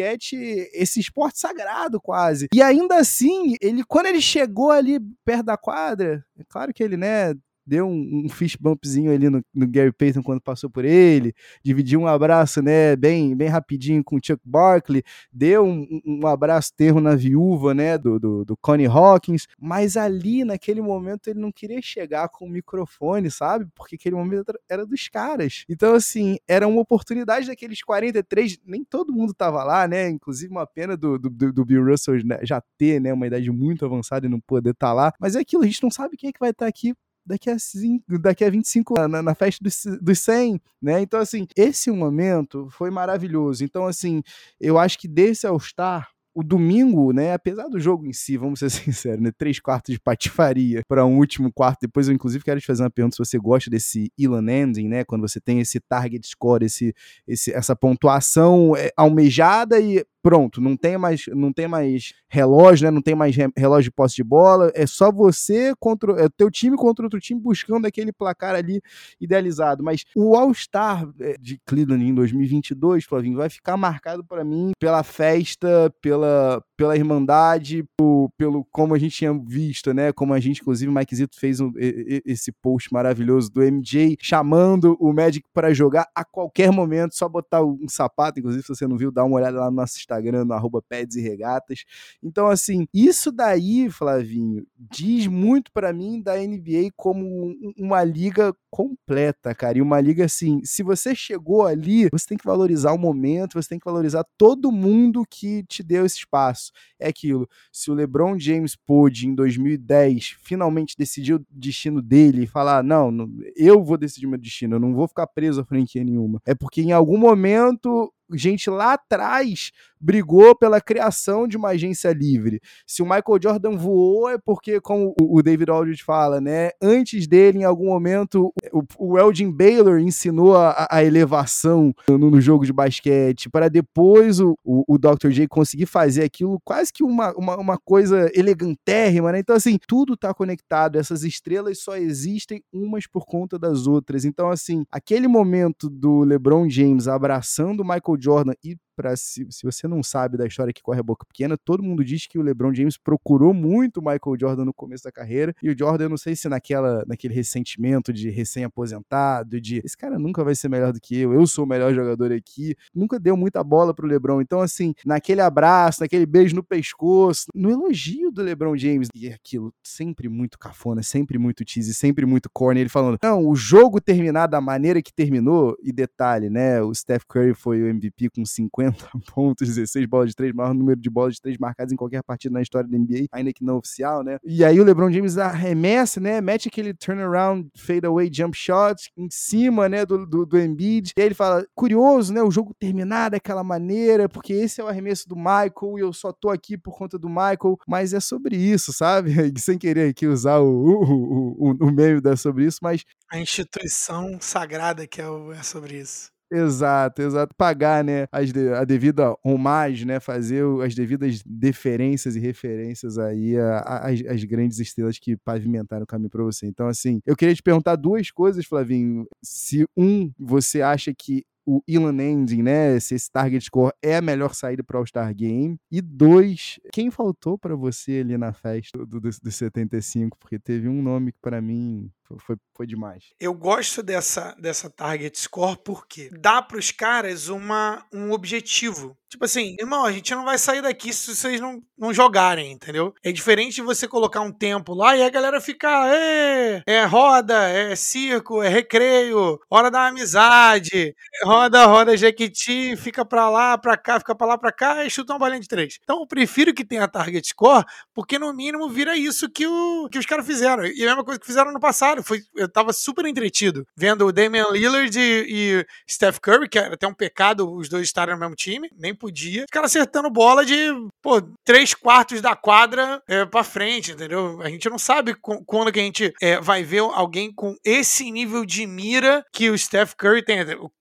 esse esporte sagrado quase. E ainda assim, ele, quando ele chegou ali perto da quadra, é claro que ele, né, deu um, um fist bumpzinho ali no, no Gary Payton quando passou por ele, dividiu um abraço, né, bem, bem rapidinho com o Chuck Barkley, deu um, um abraço terro na viúva, né, do, do, do Connie Hawkins, mas ali, naquele momento, ele não queria chegar com o microfone, sabe? Porque aquele momento era dos caras. Então, assim, era uma oportunidade daqueles quarenta e três, nem todo mundo tava lá, né, inclusive uma pena do, do, do Bill Russell já ter, né, uma idade muito avançada e não poder estar lá, mas é aquilo, a gente não sabe quem é que vai estar aqui daqui a, cinco, daqui a vinte e cinco na, na festa dos, dos cem, né? Então, assim, esse momento foi maravilhoso. Então, assim, eu acho que desse All-Star, o domingo, né, apesar do jogo em si, vamos ser sinceros, né, três quartos de patifaria para um último quarto, depois eu inclusive quero te fazer uma pergunta se você gosta desse Elon Ending, né, quando você tem esse target score, esse, esse, essa pontuação é, almejada e pronto, não tem mais, não tem mais relógio, né? Não tem mais relógio de posse de bola, é só você contra é o teu time contra outro time buscando aquele placar ali idealizado. Mas o All-Star de Cleveland em dois mil e vinte e dois, Flavinho, vai ficar marcado para mim pela festa, pela, pela irmandade, pelo, pelo como a gente tinha visto, né? Como a gente, inclusive, o Mike Zito fez um, esse post maravilhoso do M J chamando o Magic para jogar a qualquer momento, só botar um sapato, inclusive, se você não viu, dá uma olhada lá no nosso Instagram, no arroba Pads e Regatas. Então, assim, isso daí, Flavinho, diz muito pra mim da N B A como uma liga completa, cara, e uma liga assim, se você chegou ali, você tem que valorizar o momento, você tem que valorizar todo mundo que te deu esse espaço. É aquilo, se o LeBron James pôde, em dois mil e dez, finalmente decidir o destino dele e falar, não, não, eu vou decidir meu destino, eu não vou ficar preso a franquia nenhuma, é porque em algum momento gente lá atrás brigou pela criação de uma agência livre. Se o Michael Jordan voou, é porque, como o David Aldridge fala, né, antes dele, em algum momento, o, o Elgin Baylor ensinou a, a elevação no, no jogo de basquete, para depois o, o, o doutor J conseguir fazer aquilo quase que uma, uma, uma coisa elegantérrima, né? Então, assim, tudo tá conectado, essas estrelas só existem umas por conta das outras. Então, assim, aquele momento do LeBron James abraçando o Michael Jordan e Pra, se, se você não sabe da história que corre a boca pequena, todo mundo diz que o LeBron James procurou muito o Michael Jordan no começo da carreira, e o Jordan, eu não sei se naquela, naquele ressentimento de recém-aposentado, de esse cara nunca vai ser melhor do que eu, eu sou o melhor jogador aqui, nunca deu muita bola pro LeBron. Então, assim, naquele abraço, naquele beijo no pescoço, no elogio do LeBron James, e aquilo sempre muito cafona, sempre muito cheesy, sempre muito corny, ele falando, não, o jogo terminar da maneira que terminou, e detalhe, né, o Steph Curry foi o M V P com cinquenta pontos, dezesseis bolas de três, maior número de bolas de três marcadas em qualquer partida na história da N B A, ainda que não oficial, né? E aí o LeBron James arremessa, né? Mete aquele turnaround, fadeaway jump shot em cima, né, do, do, do Embiid. E aí ele fala, curioso, né, o jogo terminar daquela maneira, porque esse é o arremesso do Michael e eu só tô aqui por conta do Michael, mas é sobre isso, sabe? Sem querer aqui usar o, o, o, o meme da sobre isso, mas... A instituição sagrada que é, o, é sobre isso. Exato, exato. Pagar, né, as de, a devida homagem, né, fazer as devidas deferências e referências aí às grandes estrelas que pavimentaram o caminho para você. Então, assim, eu queria te perguntar duas coisas, Flavinho. Se, um, você acha que o Elon Ending, né, se esse target score é a melhor saída para o All-Star Game. E dois, quem faltou para você ali na festa do, do, do setenta e cinco? Porque teve um nome que para mim foi, foi demais. Eu gosto dessa, dessa target score porque dá para os caras uma, um objetivo. Tipo assim, irmão, a gente não vai sair daqui se vocês não, não jogarem, entendeu? É diferente de você colocar um tempo lá e a galera ficar, é, é roda, é circo, é recreio, hora da amizade, roda, roda, jequiti, fica pra lá, pra cá, fica pra lá, pra cá e chuta uma bolinha de três. Então eu prefiro que tenha target score, porque no mínimo vira isso que, o, que os caras fizeram. E a mesma coisa que fizeram no passado. Foi, eu tava super entretido vendo o Damian Lillard e, e Steph Curry, que era até um pecado os dois estarem no mesmo time, nem podia. Os caras acertando bola de, pô, três quartos da quadra é, pra frente, entendeu? A gente não sabe quando que a gente é, vai ver alguém com esse nível de mira que o Steph Curry tem. O,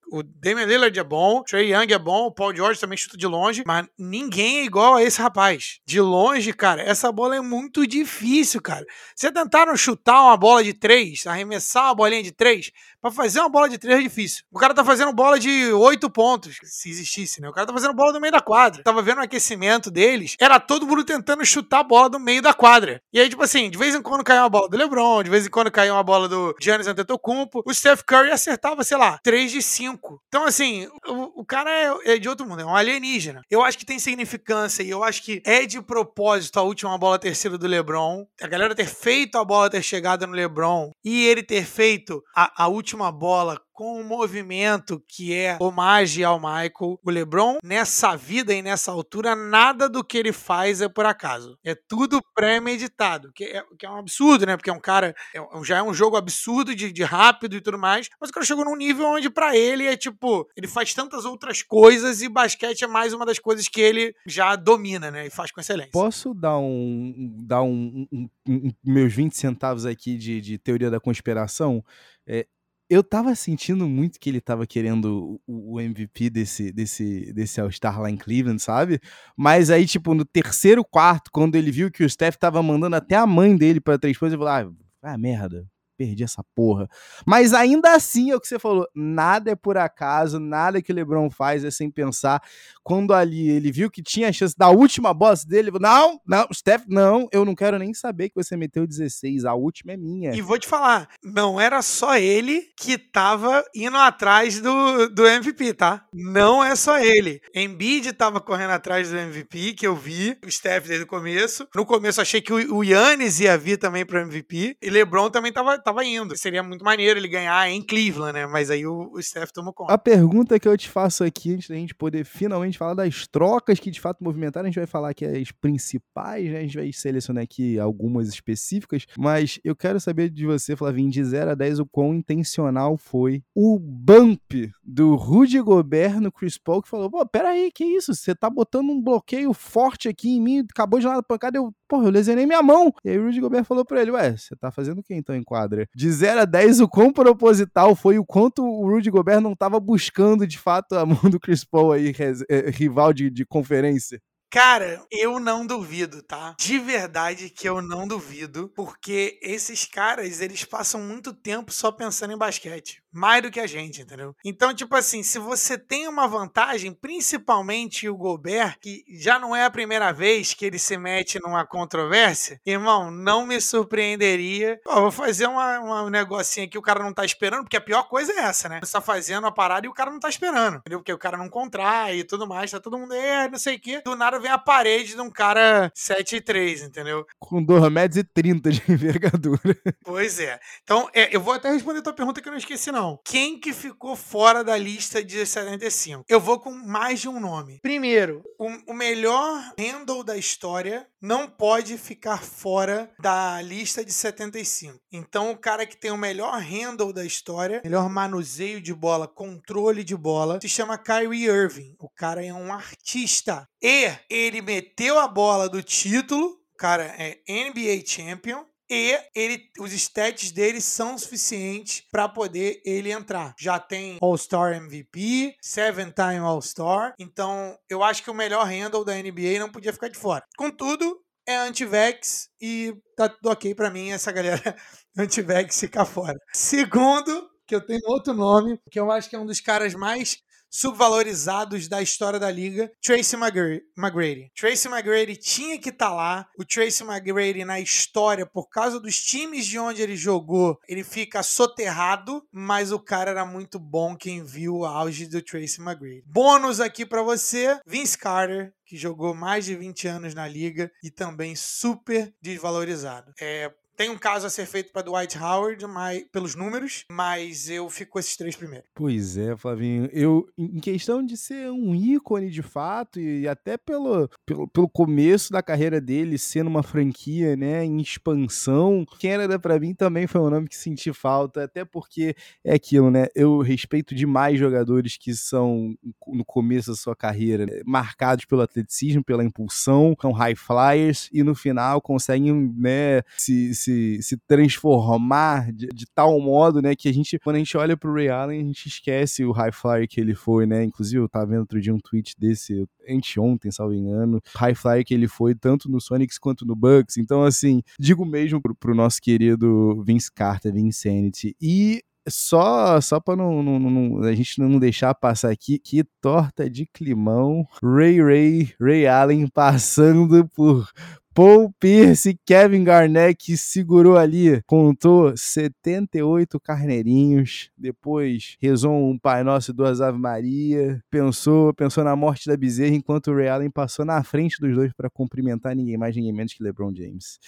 o Damian Lillard é bom, o Trae Young é bom, o Paul George também chuta de longe, mas ninguém é igual a esse rapaz. De longe, cara, essa bola é muito difícil, cara. Vocês tentaram chutar uma bola de três, arremessar uma bolinha de três? Pra fazer uma bola de três é difícil. O cara tá fazendo bola de oito pontos, se existisse, né? O cara tá fazendo bola do meio da quadra. Tava vendo o aquecimento deles, era todo mundo tentando chutar a bola do meio da quadra. E aí, tipo assim, de vez em quando caiu uma bola do LeBron, de vez em quando caiu uma bola do Giannis Antetokounmpo, o Steph Curry acertava, sei lá, três de cinco. Então, assim, o, o cara é, é de outro mundo, é um alienígena. Eu acho que tem significância e eu acho que é de propósito a última bola ter sido do LeBron, a galera ter feito a bola ter chegado no LeBron e ele ter feito a, a última última bola com um movimento que é homagem ao Michael. O LeBron, nessa vida e nessa altura, nada do que ele faz é por acaso. É tudo premeditado, que é, que é um absurdo, né? Porque é um cara, é, já é um jogo absurdo de, de rápido e tudo mais, mas o cara chegou num nível onde pra ele é tipo, ele faz tantas outras coisas e basquete é mais uma das coisas que ele já domina, né? E faz com excelência. Posso dar um, dar um, um, um, um meus vinte centavos aqui de, de teoria da conspiração? É, eu tava sentindo muito que ele tava querendo o, o M V P desse, desse, desse All-Star lá em Cleveland, sabe? Mas aí, tipo, no terceiro quarto, quando ele viu que o Steph tava mandando até a mãe dele pra três pontos, ele falou, ah, ah, merda, perdi essa porra. Mas ainda assim, é o que você falou, nada é por acaso, nada que o LeBron faz é sem pensar. Quando ali ele viu que tinha a chance da última bola dele, ele falou, não, não, Steph, não, eu não quero nem saber que você meteu dezesseis, a última é minha. E vou te falar, não era só ele que tava indo atrás do, do M V P, tá? Não é só ele. Embiid tava correndo atrás do M V P, que eu vi, o Steph desde o começo. No começo achei que o, o Giannis ia vir também pro M V P, e LeBron também tava tava indo. Seria muito maneiro ele ganhar em Cleveland, né? Mas aí o, o Steph tomou conta. A pergunta que eu te faço aqui, antes da gente poder finalmente falar das trocas que de fato movimentaram, a gente vai falar aqui as principais, né? A gente vai selecionar aqui algumas específicas, mas eu quero saber de você, Flavinho, de zero a dez, o quão intencional foi o bump do Rudy Gobert no Chris Paul, que falou, pô, peraí, que isso? Você tá botando um bloqueio forte aqui em mim, acabou de lá na pancada, eu, porra, eu lesionei minha mão. E aí o Rudy Gobert falou pra ele, ué, você tá fazendo o que então em quadra? De zero a dez, o quão proposital foi, o quanto o Rudy Gobert não tava buscando de fato a mão do Chris Paul aí, rival de, de conferência. Cara, eu não duvido, tá? De verdade que eu não duvido, porque esses caras, eles passam muito tempo só pensando em basquete. Mais do que a gente, entendeu? Então, tipo assim, se você tem uma vantagem, principalmente o Gobert, que já não é a primeira vez que ele se mete numa controvérsia, irmão, não me surpreenderia. Pô, vou fazer uma, uma, um negocinho aqui que o cara não tá esperando, porque a pior coisa é essa, né? Você tá fazendo a parada e o cara não tá esperando, entendeu? Porque o cara não contrai e tudo mais, tá todo mundo, é, não sei o quê. Do nada vem a parede de um cara sete e três, entendeu? Com dois metros e trinta de envergadura. Pois é. Então, é, eu vou até responder a tua pergunta que eu não esqueci, não. Quem que ficou fora da lista de setenta e cinco? Eu vou com mais de um nome. Primeiro, o, o melhor handle da história não pode ficar fora da lista de setenta e cinco. Então, o cara que tem o melhor handle da história, melhor manuseio de bola, controle de bola, se chama Kyrie Irving. O cara é um artista. E ele meteu a bola do título, o cara é N B A Champion, e ele, os stats dele são suficientes para poder ele entrar. Já tem All-Star M V P, Seven-Time All-Star. Então, eu acho que o melhor handle da N B A não podia ficar de fora. Contudo, é anti-vax e tá tudo ok para mim essa galera anti-vax ficar fora. Segundo, que eu tenho outro nome, que eu acho que é um dos caras mais subvalorizados da história da liga, Tracy McGrady. Tracy McGrady tinha que estar tá lá. O Tracy McGrady, na história, por causa dos times de onde ele jogou, ele fica soterrado, mas o cara era muito bom. Quem viu o auge do Tracy McGrady. Bônus aqui pra você, Vince Carter, que jogou mais de vinte anos na liga e também super desvalorizado. É... Tem um caso a ser feito para Dwight Howard, mas, pelos números, mas eu fico com esses três primeiro. Pois é, Flavinho. Eu, em questão de ser um ícone de fato, e até pelo, pelo, pelo começo da carreira dele, sendo uma franquia, né, em expansão, Canada para mim também foi um nome que senti falta, até porque é aquilo, né? Eu respeito demais jogadores que são, no começo da sua carreira, né, marcados pelo atleticismo, pela impulsão, são high flyers, e no final conseguem, né, se, se se, se transformar de, de tal modo, né, que a gente, quando a gente olha pro Ray Allen, a gente esquece o high flyer que ele foi, né, inclusive eu tava vendo outro dia um tweet desse, anteontem, salvo engano, high flyer que ele foi tanto no Sonics quanto no Bucks, então assim, digo mesmo pro, pro nosso querido Vince Carter, Vinsanity, e Só, só pra não, não, não, a gente não deixar passar aqui, que torta de climão, Ray Ray, Ray Allen passando por Paul Pierce, Kevin Garnett, que segurou ali, contou setenta e oito carneirinhos, depois rezou um Pai Nosso e duas Ave Maria, pensou, pensou na morte da bezerra, enquanto o Ray Allen passou na frente dos dois para cumprimentar ninguém mais, ninguém menos que LeBron James.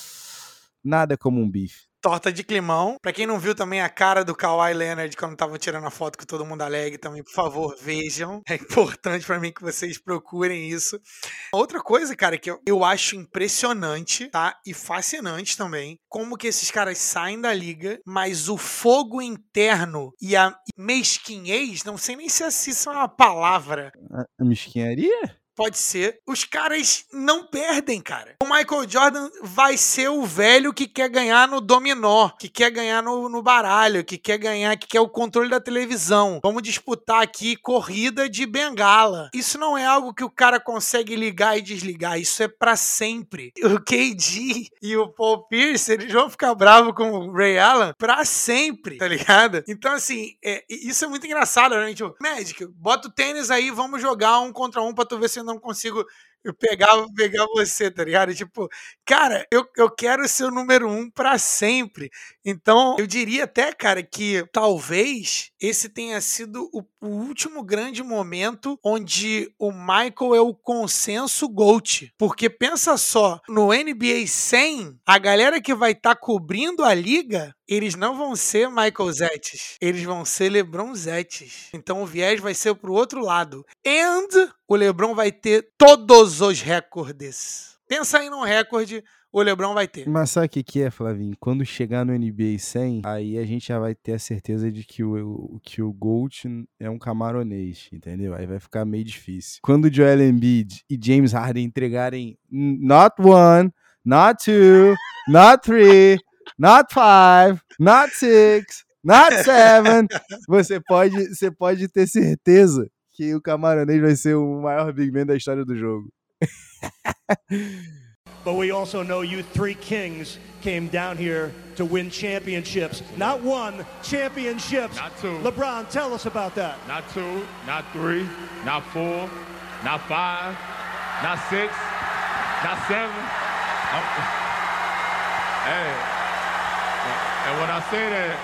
Nada como um bife. Torta de climão. Pra quem não viu também a cara do Kawhi Leonard quando tava tirando a foto com todo mundo alegre também, por favor, vejam. É importante pra mim que vocês procurem isso. Outra coisa, cara, que eu, eu acho impressionante, tá? E fascinante também, como que esses caras saem da liga, mas o fogo interno e a mesquinhez, não sei nem se isso é uma palavra. A mesquinharia? Pode ser. Os caras não perdem, cara. O Michael Jordan vai ser o velho que quer ganhar no dominó, que quer ganhar no, no baralho, que quer ganhar, que quer o controle da televisão. Vamos disputar aqui corrida de bengala. Isso não é algo que o cara consegue ligar e desligar. Isso é pra sempre. O K D e o Paul Pierce, eles vão ficar bravos com o Ray Allen pra sempre, tá ligado? Então, assim, é, isso é muito engraçado, né? Tipo, Magic, bota o tênis aí, vamos jogar um contra um pra tu ver se eu não consigo pegar, pegar você, tá ligado? Tipo, cara, eu, eu quero ser o número um pra sempre. Então, eu diria até, cara, que talvez esse tenha sido o, o último grande momento onde o Michael é o consenso GOAT. Porque pensa só, no N B A cem, a galera que vai estar tá cobrindo a liga, eles não vão ser Michael Zetes, eles vão ser LeBron Zetes. Então o viés vai ser pro outro lado. And o LeBron vai ter todos os recordes. Pensa aí num recorde, o LeBron vai ter. Mas sabe o que, que é, Flavinho? Quando chegar no N B A cem, aí a gente já vai ter a certeza de que o, que o GOAT é um camaronês, entendeu? Aí vai ficar meio difícil. Quando o Joel Embiid e James Harden entregarem not one, not two, not three, not five, not six, not seven, você pode, você pode ter certeza que o camaronês vai ser o maior big man da história do jogo. But we also know you three kings came down here to win championships. Not one, championships. Not two. LeBron, tell us about that. Not two, not three, not four, not five, not six, not seven. I'm, hey, and when I say that,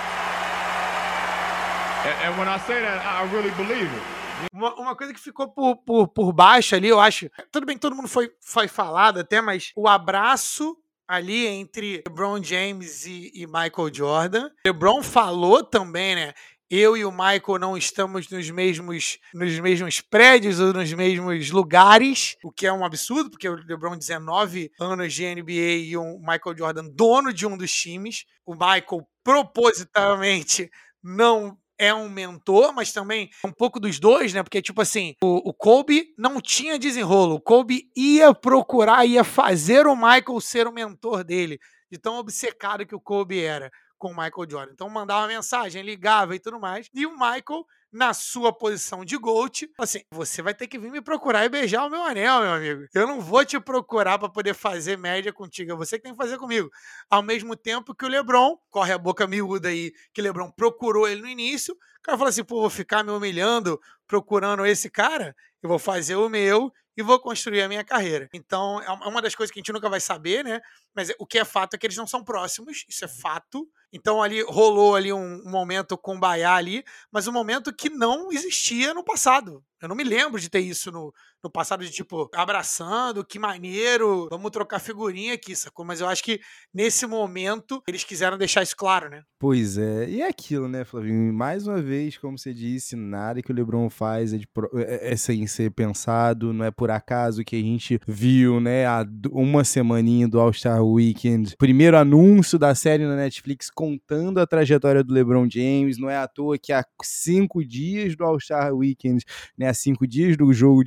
and, and when I say that, I really believe it. Uma, uma coisa que ficou por, por, por baixo ali, eu acho. Tudo bem que todo mundo foi, foi falado até, mas o abraço ali entre LeBron James e, e Michael Jordan. LeBron falou também, né? Eu e o Michael não estamos nos mesmos, nos mesmos prédios ou nos mesmos lugares, o que é um absurdo, porque o LeBron dezenove anos de N B A e o Michael Jordan dono de um dos times. O Michael propositalmente não é um mentor, mas também um pouco dos dois, né? Porque, tipo assim, o, o Kobe não tinha desenrolo. O Kobe ia procurar, ia fazer o Michael ser o mentor dele, de tão obcecado que o Kobe era com o Michael Jordan. Então mandava mensagem, ligava e tudo mais. E o Michael, na sua posição de GOAT, assim, você vai ter que vir me procurar e beijar o meu anel, meu amigo. Eu não vou te procurar para poder fazer média contigo, é você que tem que fazer comigo. Ao mesmo tempo que o LeBron, corre a boca miúda aí, que o LeBron procurou ele no início, o cara fala assim, pô, vou ficar me humilhando procurando esse cara, eu vou fazer o meu e vou construir a minha carreira. Então, é uma das coisas que a gente nunca vai saber, né? Mas o que é fato é que eles não são próximos, isso é fato. Então, ali rolou ali um, um momento kumbaya ali, mas um momento que não existia no passado. Eu não me lembro de ter isso no, no passado, de tipo, abraçando, que maneiro, vamos trocar figurinha aqui, sacou? Mas eu acho que nesse momento eles quiseram deixar isso claro, né? Pois é, e é aquilo, né, Flavinho? Mais uma vez, como você disse, nada que o LeBron faz é, de, é, é sem ser pensado, não é por acaso que a gente viu, né, há uma semaninha do All-Star Weekend, primeiro anúncio da série na Netflix contando a trajetória do LeBron James, não é à toa que há cinco dias do All-Star Weekend, né, há cinco dias do jogo de, de,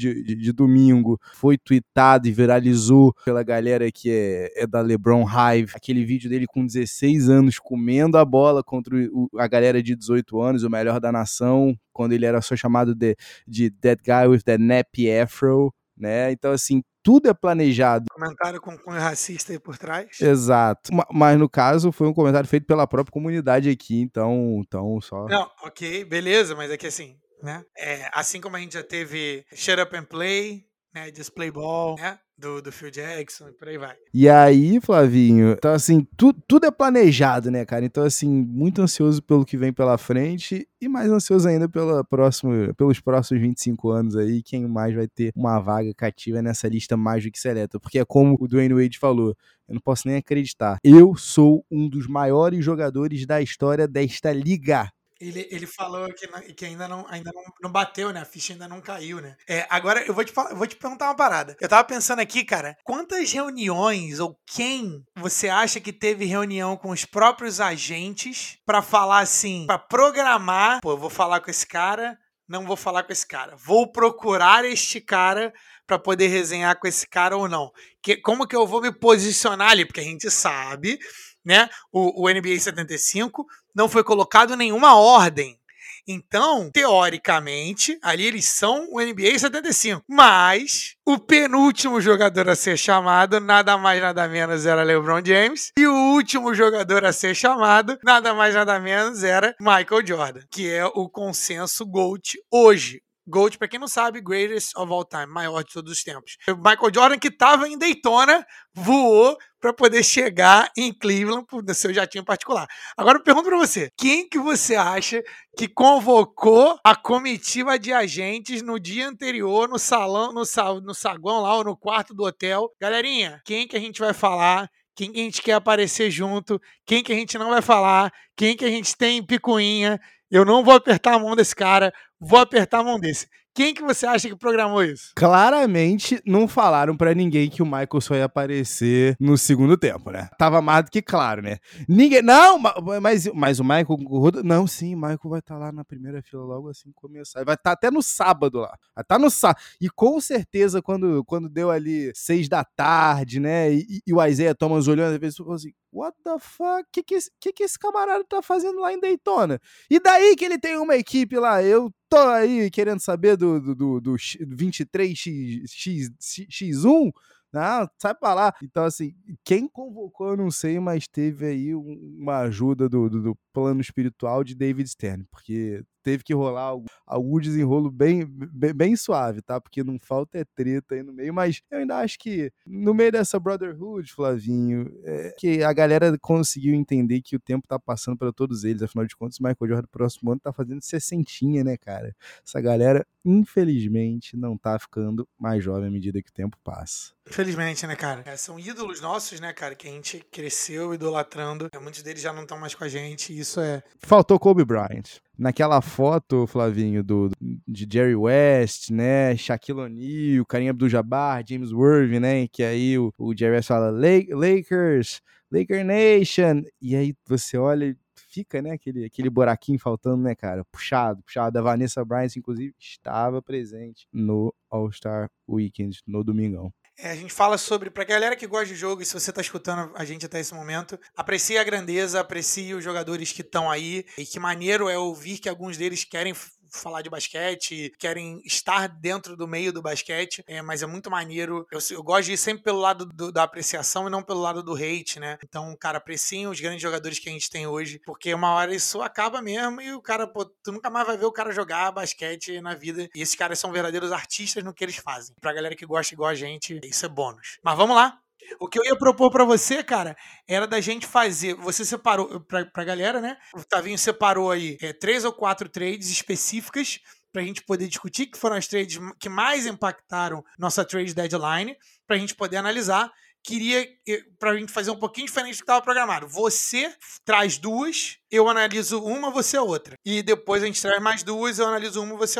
de domingo foi tweetado e viralizou pela galera que é, é da LeBron Hive, aquele vídeo dele com dezesseis anos comendo a bola contra o, a galera de dezoito anos, o melhor da nação, quando ele era só chamado de, de That Guy with the Nappy Afro, né? Então, assim, tudo é planejado. Comentário com cunho racista aí por trás. Exato. Mas, no caso, foi um comentário feito pela própria comunidade aqui, então, então só... Não, ok, beleza, mas é que assim, né? É, assim como a gente já teve Shut Up and Play, né? Display Ball, né? Do, do Phil Jackson e por aí vai. E aí, Flavinho, então assim, tu, tudo é planejado, né, cara? Então assim, muito ansioso pelo que vem pela frente e mais ansioso ainda pela próximo, pelos próximos vinte e cinco anos aí, quem mais vai ter uma vaga cativa nessa lista mais do que seleta. Porque é como o Dwayne Wade falou, eu não posso nem acreditar, eu sou um dos maiores jogadores da história desta liga. Ele, ele falou que, que ainda, não, ainda não, não bateu, né? A ficha ainda não caiu, né? É, agora eu vou, te, eu vou te perguntar uma parada. Eu tava pensando aqui, cara, quantas reuniões ou quem você acha que teve reunião com os próprios agentes pra falar assim, pra programar, pô, eu vou falar com esse cara, não vou falar com esse cara. Vou procurar este cara pra poder resenhar com esse cara ou não. Que, como que eu vou me posicionar ali? Porque a gente sabe... Né? O, o N B A setenta e cinco não foi colocado em nenhuma ordem. Então, teoricamente, ali eles são o N B A setenta e cinco. Mas o penúltimo jogador a ser chamado, nada mais nada menos, era LeBron James. E o último jogador a ser chamado, nada mais nada menos, era Michael Jordan, que é o consenso GOAT hoje. GOAT, pra quem não sabe, greatest of all time, maior de todos os tempos. O Michael Jordan, que tava em Daytona, voou para poder chegar em Cleveland no seu jatinho particular. Agora eu pergunto para você, quem que você acha que convocou a comitiva de agentes no dia anterior, no salão, no, sa- no saguão lá, ou no quarto do hotel? Galerinha, quem que a gente vai falar? Quem que a gente quer aparecer junto? Quem que a gente não vai falar? Quem que a gente tem em picuinha? Eu não vou apertar a mão desse cara, vou apertar a mão desse. Quem que você acha que programou isso? Claramente não falaram pra ninguém que o Michael só ia aparecer no segundo tempo, né? Tava mais do que claro, né? Ninguém... Não, mas, mas o Michael... Não, sim, o Michael vai estar tá lá na primeira fila logo assim que começar. Vai estar tá até no sábado lá. Vai estar tá no sábado. E com certeza, quando, quando deu ali seis da tarde, né? E, e o Isaiah Thomas olhando, às vezes falou assim, what the fuck? O que que, esse, que que esse camarada tá fazendo lá em Daytona? E daí que ele tem uma equipe lá? Eu tô aí querendo saber do, do, do, do vinte e três por um? Não, sai pra lá. Então, assim, quem convocou eu não sei, mas teve aí uma ajuda do, do, do plano espiritual de David Stern, porque teve que rolar algum, algum desenrolo bem, bem, bem suave, tá? Porque não falta é treta aí no meio, mas eu ainda acho que no meio dessa brotherhood, Flavinho, é, que a galera conseguiu entender que o tempo tá passando para todos eles, afinal de contas o Michael Jordan no próximo ano tá fazendo sessentinha, né, cara? Essa galera, infelizmente, não tá ficando mais jovem à medida que o tempo passa. Infelizmente, né, cara? É, são ídolos nossos, né, cara, que a gente cresceu idolatrando. Muitos deles já não estão mais com a gente, e isso é... Faltou Kobe Bryant. Naquela foto, Flavinho, do, de Jerry West, né, Shaquille O'Neal, Kareem Abdul-Jabbar, James Worthy, né, que aí o, o Jerry West fala Lakers, Laker Nation, e aí você olha e fica, né, aquele, aquele buraquinho faltando, né, cara, puxado, puxado. A Vanessa Bryant, inclusive, estava presente no All-Star Weekend, no domingão. É, a gente fala sobre, pra galera que gosta de jogo, e se você tá escutando a gente até esse momento, aprecie a grandeza, aprecie os jogadores que estão aí, e que maneiro é ouvir que alguns deles querem falar de basquete, querem estar dentro do meio do basquete, é, mas é muito maneiro. Eu, eu gosto de ir sempre pelo lado do, da apreciação e não pelo lado do hate, né? Então, cara, apreciem os grandes jogadores que a gente tem hoje, porque uma hora isso acaba mesmo e o cara, pô, tu nunca mais vai ver o cara jogar basquete na vida. E esses caras são verdadeiros artistas no que eles fazem. Pra galera que gosta igual a gente, isso é bônus. Mas vamos lá. O que eu ia propor pra você, cara, era da gente fazer... Você separou, pra, pra galera, né? O Tavinho separou aí é, três ou quatro trades específicas pra gente poder discutir, que foram as trades que mais impactaram nossa trade deadline, pra gente poder analisar. Queria, pra gente fazer um pouquinho diferente do que estava programado. Você traz duas, eu analiso uma, você a outra. E depois a gente traz mais duas, eu analiso uma, você a outra.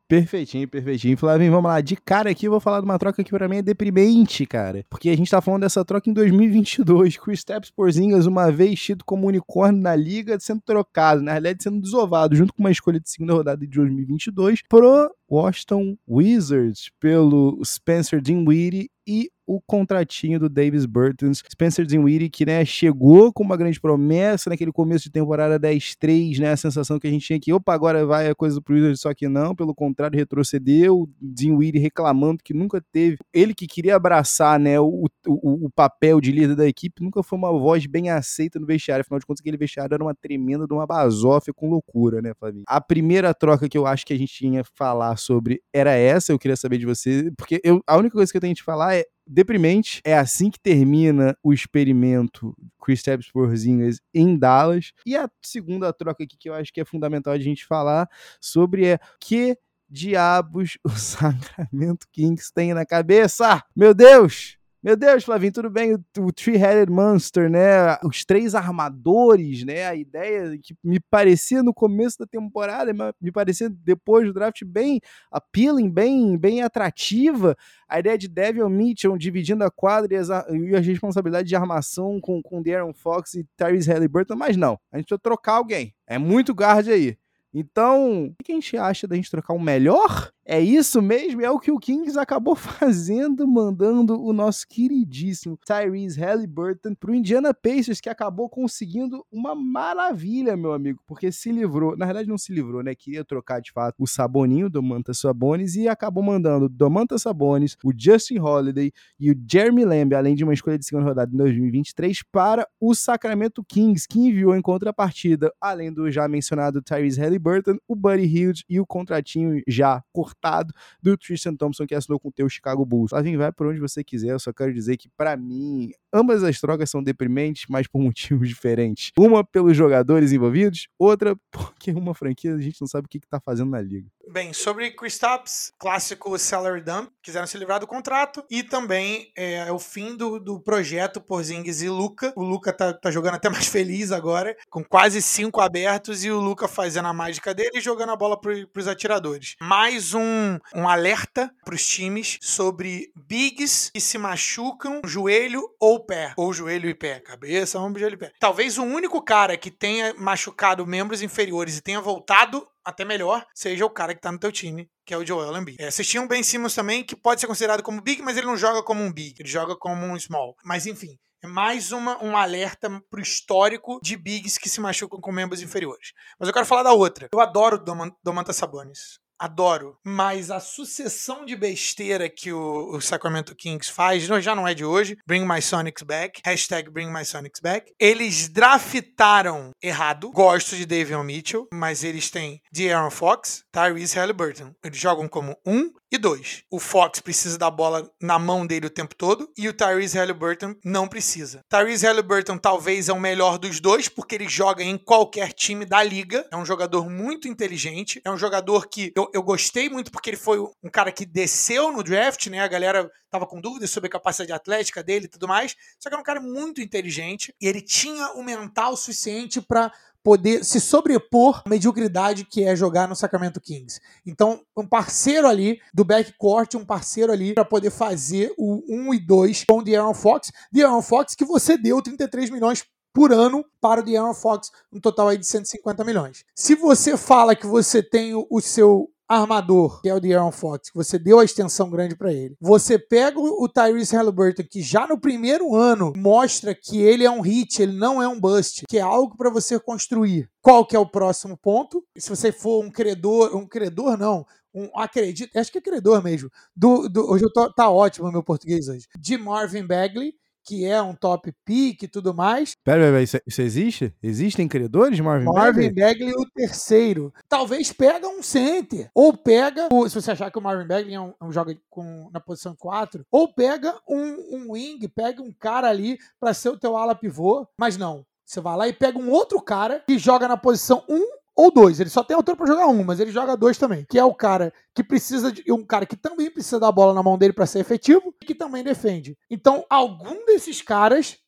Perfeitinho, perfeitinho. Flavinho, vamos lá. De cara aqui, eu vou falar de uma troca que pra mim é deprimente, cara. Porque a gente tá falando dessa troca em dois mil e vinte e dois. Kristaps Porzingis, uma vez tido como unicórnio na liga, sendo trocado, na realidade sendo desovado, junto com uma escolha de segunda rodada de dois mil e vinte e dois, pro Washington Wizards, pelo Spencer Dinwiddie e o contratinho do Davis Bertans. Spencer Dinwiddie, que, né, chegou com uma grande promessa naquele começo de temporada dez três, né, a sensação que a gente tinha que, opa, agora vai a coisa pro Wizards, só que não, pelo contrário, retrocedeu. Dinwiddie reclamando que nunca teve, ele que queria abraçar, né, o, o, o papel de líder da equipe, nunca foi uma voz bem aceita no vestiário, afinal de contas aquele vestiário era uma tremenda de uma basófia com loucura, né, Flavinho? A primeira troca que eu acho que a gente tinha que falar sobre era essa, eu queria saber de você, porque eu, a única coisa que eu tenho que te falar é deprimente, é assim que termina o experimento Kristaps Porzingis em Dallas. E a segunda troca aqui que eu acho que é fundamental a gente falar sobre é que diabos o Sacramento Kings tem na cabeça? Meu Deus! Meu Deus, Flavinho, tudo bem? O, o Three-Headed Monster, né? Os três armadores, né? A ideia que me parecia no começo da temporada, me parecia depois do draft bem appealing, bem, bem atrativa. A ideia de Devin Mitchell dividindo a quadra e, as, e a responsabilidade de armação com, com De'Aaron Fox e Tyrese Haliburton, mas não, a gente precisa trocar alguém. É muito guard aí. Então, o que a gente acha da gente trocar um melhor? É isso mesmo? É o que o Kings acabou fazendo, mandando o nosso queridíssimo Tyrese Haliburton pro Indiana Pacers, que acabou conseguindo uma maravilha, meu amigo, porque se livrou, na verdade não se livrou, né? Queria trocar de fato o Saboninho, Domantas Sabonis, e acabou mandando o Domantas Sabonis, o Justin Holiday e o Jeremy Lamb, além de uma escolha de segunda rodada em dois mil e vinte e três, para o Sacramento Kings, que enviou em contrapartida, além do já mencionado Tyrese Haliburton, o Buddy Hield e o contratinho já cortado do Tristan Thompson, que assinou com o teu Chicago Bulls. Flavinho, vai por onde você quiser, eu só quero dizer que, pra mim, ambas as trocas são deprimentes, mas por motivos diferentes. Uma pelos jogadores envolvidos, outra porque uma franquia a gente não sabe o que, que tá fazendo na liga. Bem, sobre Kristaps, clássico salary dump, quiseram se livrar do contrato, e também é, é o fim do, do projeto Porzingis e Luka. O Luka tá, tá jogando até mais feliz agora, com quase cinco abertos, e o Luka fazendo a mágica dele e jogando a bola pro, pros atiradores. Mais um, um alerta pros times sobre bigs que se machucam joelho ou pé, ou joelho e pé, cabeça, ombro, joelho e pé. Talvez o único cara que tenha machucado membros inferiores e tenha voltado até melhor, seja o cara que tá no teu time, que é o Joel Embiid. É, vocês tinham o Ben Simmons também, que pode ser considerado como big, mas ele não joga como um big, ele joga como um small. Mas enfim, é mais uma, um alerta pro histórico de bigs que se machucam com membros inferiores. Mas eu quero falar da outra. Eu adoro o Domantas Sabonis. Adoro, mas a sucessão de besteira que o, o Sacramento Kings faz, não, já não é de hoje, Bring My Sonics Back, hashtag Bring My Sonics Back. Eles draftaram errado, gosto de Davion Mitchell, mas eles têm De'Aaron Fox, Tyrese Haliburton. Eles jogam como um e dois. O Fox precisa da bola na mão dele o tempo todo e o Tyrese Haliburton não precisa. Tyrese Haliburton talvez é o melhor dos dois, porque ele joga em qualquer time da liga, é um jogador muito inteligente, é um jogador que eu Eu gostei muito porque ele foi um cara que desceu no draft, né? A galera tava com dúvidas sobre a capacidade atlética dele e tudo mais. Só que era um cara muito inteligente e ele tinha o mental suficiente para poder se sobrepor à mediocridade que é jogar no Sacramento Kings. Então, um parceiro ali do backcourt, um parceiro ali para poder fazer o um e dois com o De'Aaron Fox. De'Aaron Fox que você deu trinta e três milhões por ano para o De'Aaron Fox, um total aí de cento e cinquenta milhões. Se você fala que você tem o, o seu armador, que é o De'Aaron Fox, que você deu a extensão grande para ele, você pega o Tyrese Haliburton, que já no primeiro ano mostra que ele é um hit, ele não é um bust, que é algo para você construir. Qual que é o próximo ponto? Se você for um credor, um credor não, um acredito, acho que é credor mesmo, do, do, hoje eu tô, tá ótimo o meu português hoje, de Marvin Bagley, que é um top pick e tudo mais. Pera, pera, isso, isso existe? Existem credores de Marvin Bagley? Marvin Bagley o terceiro. Talvez pega um center. Ou pega, se você achar que o Marvin Bagley é um, um joga com, na posição quatro, ou pega um, um wing, pega um cara ali para ser o teu ala pivô. Mas não. Você vai lá e pega um outro cara que joga na posição um ou dois. Ele só tem altura para jogar um, mas ele joga dois também. Que é o cara que precisa de um cara que também precisa da bola na mão dele para ser efetivo e que também defende. Então, algum desses caras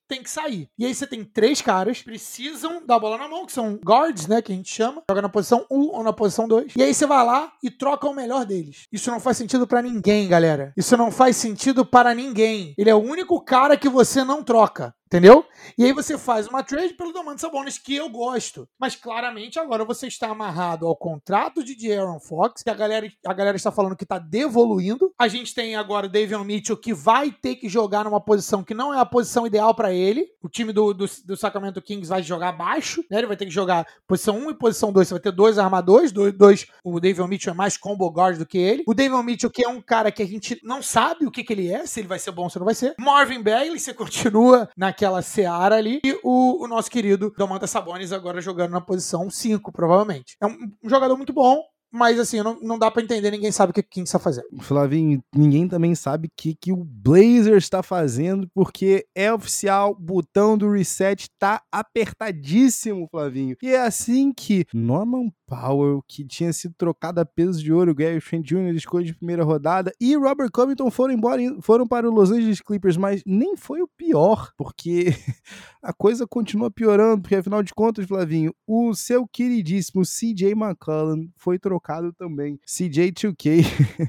tem que sair. E aí você tem três caras que precisam da bola na mão, que são guards, né, que a gente chama, joga na posição um ou na posição dois. E aí você vai lá e troca o melhor deles. Isso não faz sentido pra ninguém, galera. Isso não faz sentido para ninguém. Ele é o único cara que você não troca. Entendeu? E aí você faz uma trade pelo Domantas Sabonis, que eu gosto. Mas claramente agora você está amarrado ao contrato de De'Aaron Fox, que a galera, a galera está falando que está devoluindo. A gente tem agora o Davion Mitchell, que vai ter que jogar numa posição que não é a posição ideal para ele. O time do, do, do Sacramento Kings vai jogar baixo, né? Ele vai ter que jogar posição um e posição dois. Você vai ter dois armadores, dois, dois. O Davion Mitchell é mais combo guard do que ele. O Davion Mitchell, que é um cara que a gente não sabe o que, que ele é, se ele vai ser bom ou se não vai ser. Marvin Bagley, você continua na aquela seara ali, e o, o nosso querido Domantas Sabonis agora jogando na posição cinco, provavelmente. É um, um jogador muito bom, mas assim, não, não dá pra entender, ninguém sabe o que quem está fazendo. Flavinho, ninguém também sabe o que, que o Blazers está fazendo, porque é oficial, o botão do reset tá apertadíssimo, Flavinho. E é assim que Norman Powell, que tinha sido trocado a peso de ouro, Gary Trent Júnior, escolha de primeira rodada, e Robert Covington foram embora, foram para o Los Angeles Clippers, mas nem foi o pior, porque a coisa continua piorando, porque afinal de contas, Flavinho, o seu queridíssimo C J McCollum foi trocado também, C J dois K,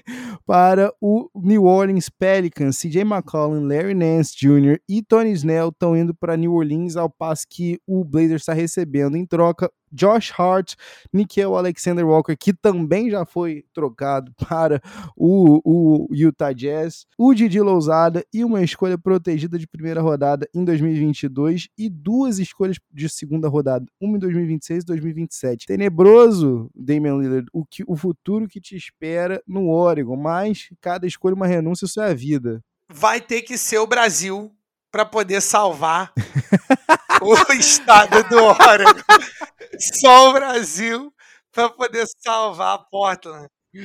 para o New Orleans Pelicans. C J McCollum, Larry Nance Júnior e Tony Snell estão indo para New Orleans, ao passo que o Blazers está recebendo em troca Josh Hart, Nickeil Alexander-Walker, que também já foi trocado para o, o Utah Jazz, o Didi Louzada e uma escolha protegida de primeira rodada em dois mil e vinte e dois e duas escolhas de segunda rodada, uma em dois mil e vinte e seis e dois mil e vinte e sete. Tenebroso, Damian Lillard, o, que, o futuro que te espera no Oregon, mas cada escolha uma renúncia, isso é a vida. Vai ter que ser o Brasil para poder salvar o estado do Oregon. Só o Brasil para poder salvar a Portland.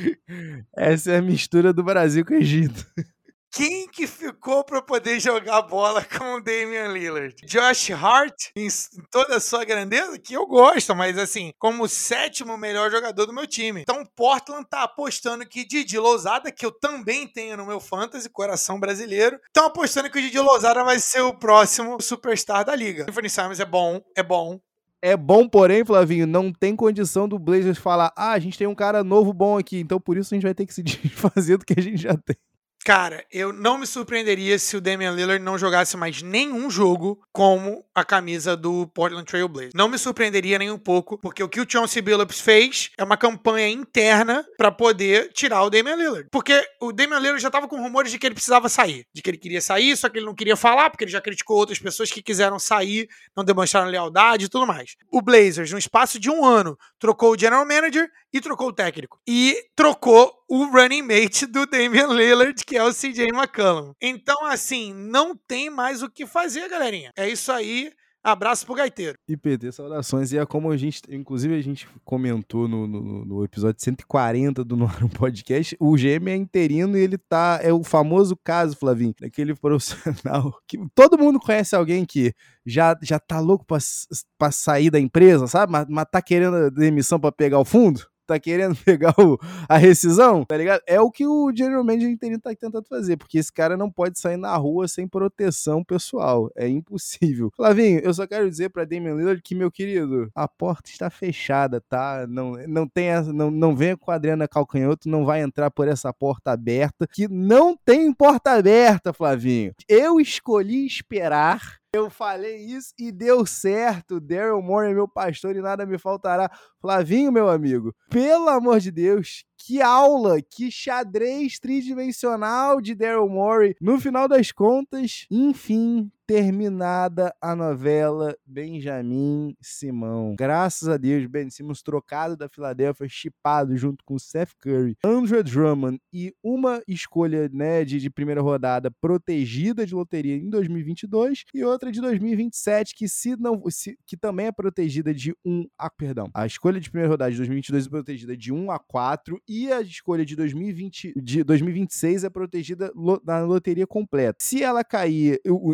Essa é a mistura do Brasil com o Egito. Quem que ficou para poder jogar bola com o Damian Lillard? Josh Hart, em toda a sua grandeza, que eu gosto, mas assim, como o sétimo melhor jogador do meu time. Então, Portland tá apostando que Didi Louzada, que eu também tenho no meu fantasy, coração brasileiro, estão apostando que o Didi Louzada vai ser o próximo superstar da liga. Anthony Simons é bom, é bom. É bom, porém, Flavinho, não tem condição do Blazers falar, ah, a gente tem um cara novo bom aqui, então por isso a gente vai ter que se desfazer do que a gente já tem. Cara, eu não me surpreenderia se o Damian Lillard não jogasse mais nenhum jogo como a camisa do Portland Trail Blazers. Não me surpreenderia nem um pouco, porque o que o Chauncey Billups fez é uma campanha interna pra poder tirar o Damian Lillard. Porque o Damian Lillard já tava com rumores de que ele precisava sair, de que ele queria sair, só que ele não queria falar, porque ele já criticou outras pessoas que quiseram sair, não demonstraram lealdade e tudo mais. O Blazers, no espaço de um ano, trocou o general manager e trocou o técnico. E trocou o running mate do Damian Lillard, que é o C J McCollum. Então, assim, não tem mais o que fazer, galerinha. É isso aí. Abraço pro gaiteiro. I P T, saudações. E é como a gente, inclusive a gente comentou no, no, no episódio cento e quarenta do Noaro Podcast, o G M é interino e ele tá, é o famoso caso, Flavinho, daquele profissional que todo mundo conhece alguém que já, já tá louco pra, pra sair da empresa, sabe? Mas, mas tá querendo a demissão pra pegar o fundo. Tá querendo pegar o, a rescisão, tá ligado? É o que o General Manager interino tá tentando fazer, porque esse cara não pode sair na rua sem proteção pessoal. É impossível. Flavinho, eu só quero dizer pra Damian Lillard que, meu querido, a porta está fechada, tá? Não, não, tenha, não, não venha com a Adriana Calcanhoto, não vai entrar por essa porta aberta, que não tem porta aberta, Flavinho. Eu escolhi esperar. Eu falei isso e deu certo. Daryl Morey é meu pastor e nada me faltará. Flavinho, meu amigo, pelo amor de Deus, que aula, que xadrez tridimensional de Daryl Morey. No final das contas, enfim, terminada a novela Benjamin Simão. Graças a Deus, Ben Simmons trocado da Filadélfia, chipado junto com Seth Curry, Andre Drummond e uma escolha, né, de, de primeira rodada protegida de loteria em dois mil e vinte e dois e outra de dois mil e vinte e sete que se não se, que também é protegida de um a perdão. A escolha de primeira rodada de dois mil e vinte e dois é protegida de um a quatro e a escolha de dois mil e vinte de dois mil e vinte e seis é protegida lo, na loteria completa. Se ela cair, o, o Nets ainda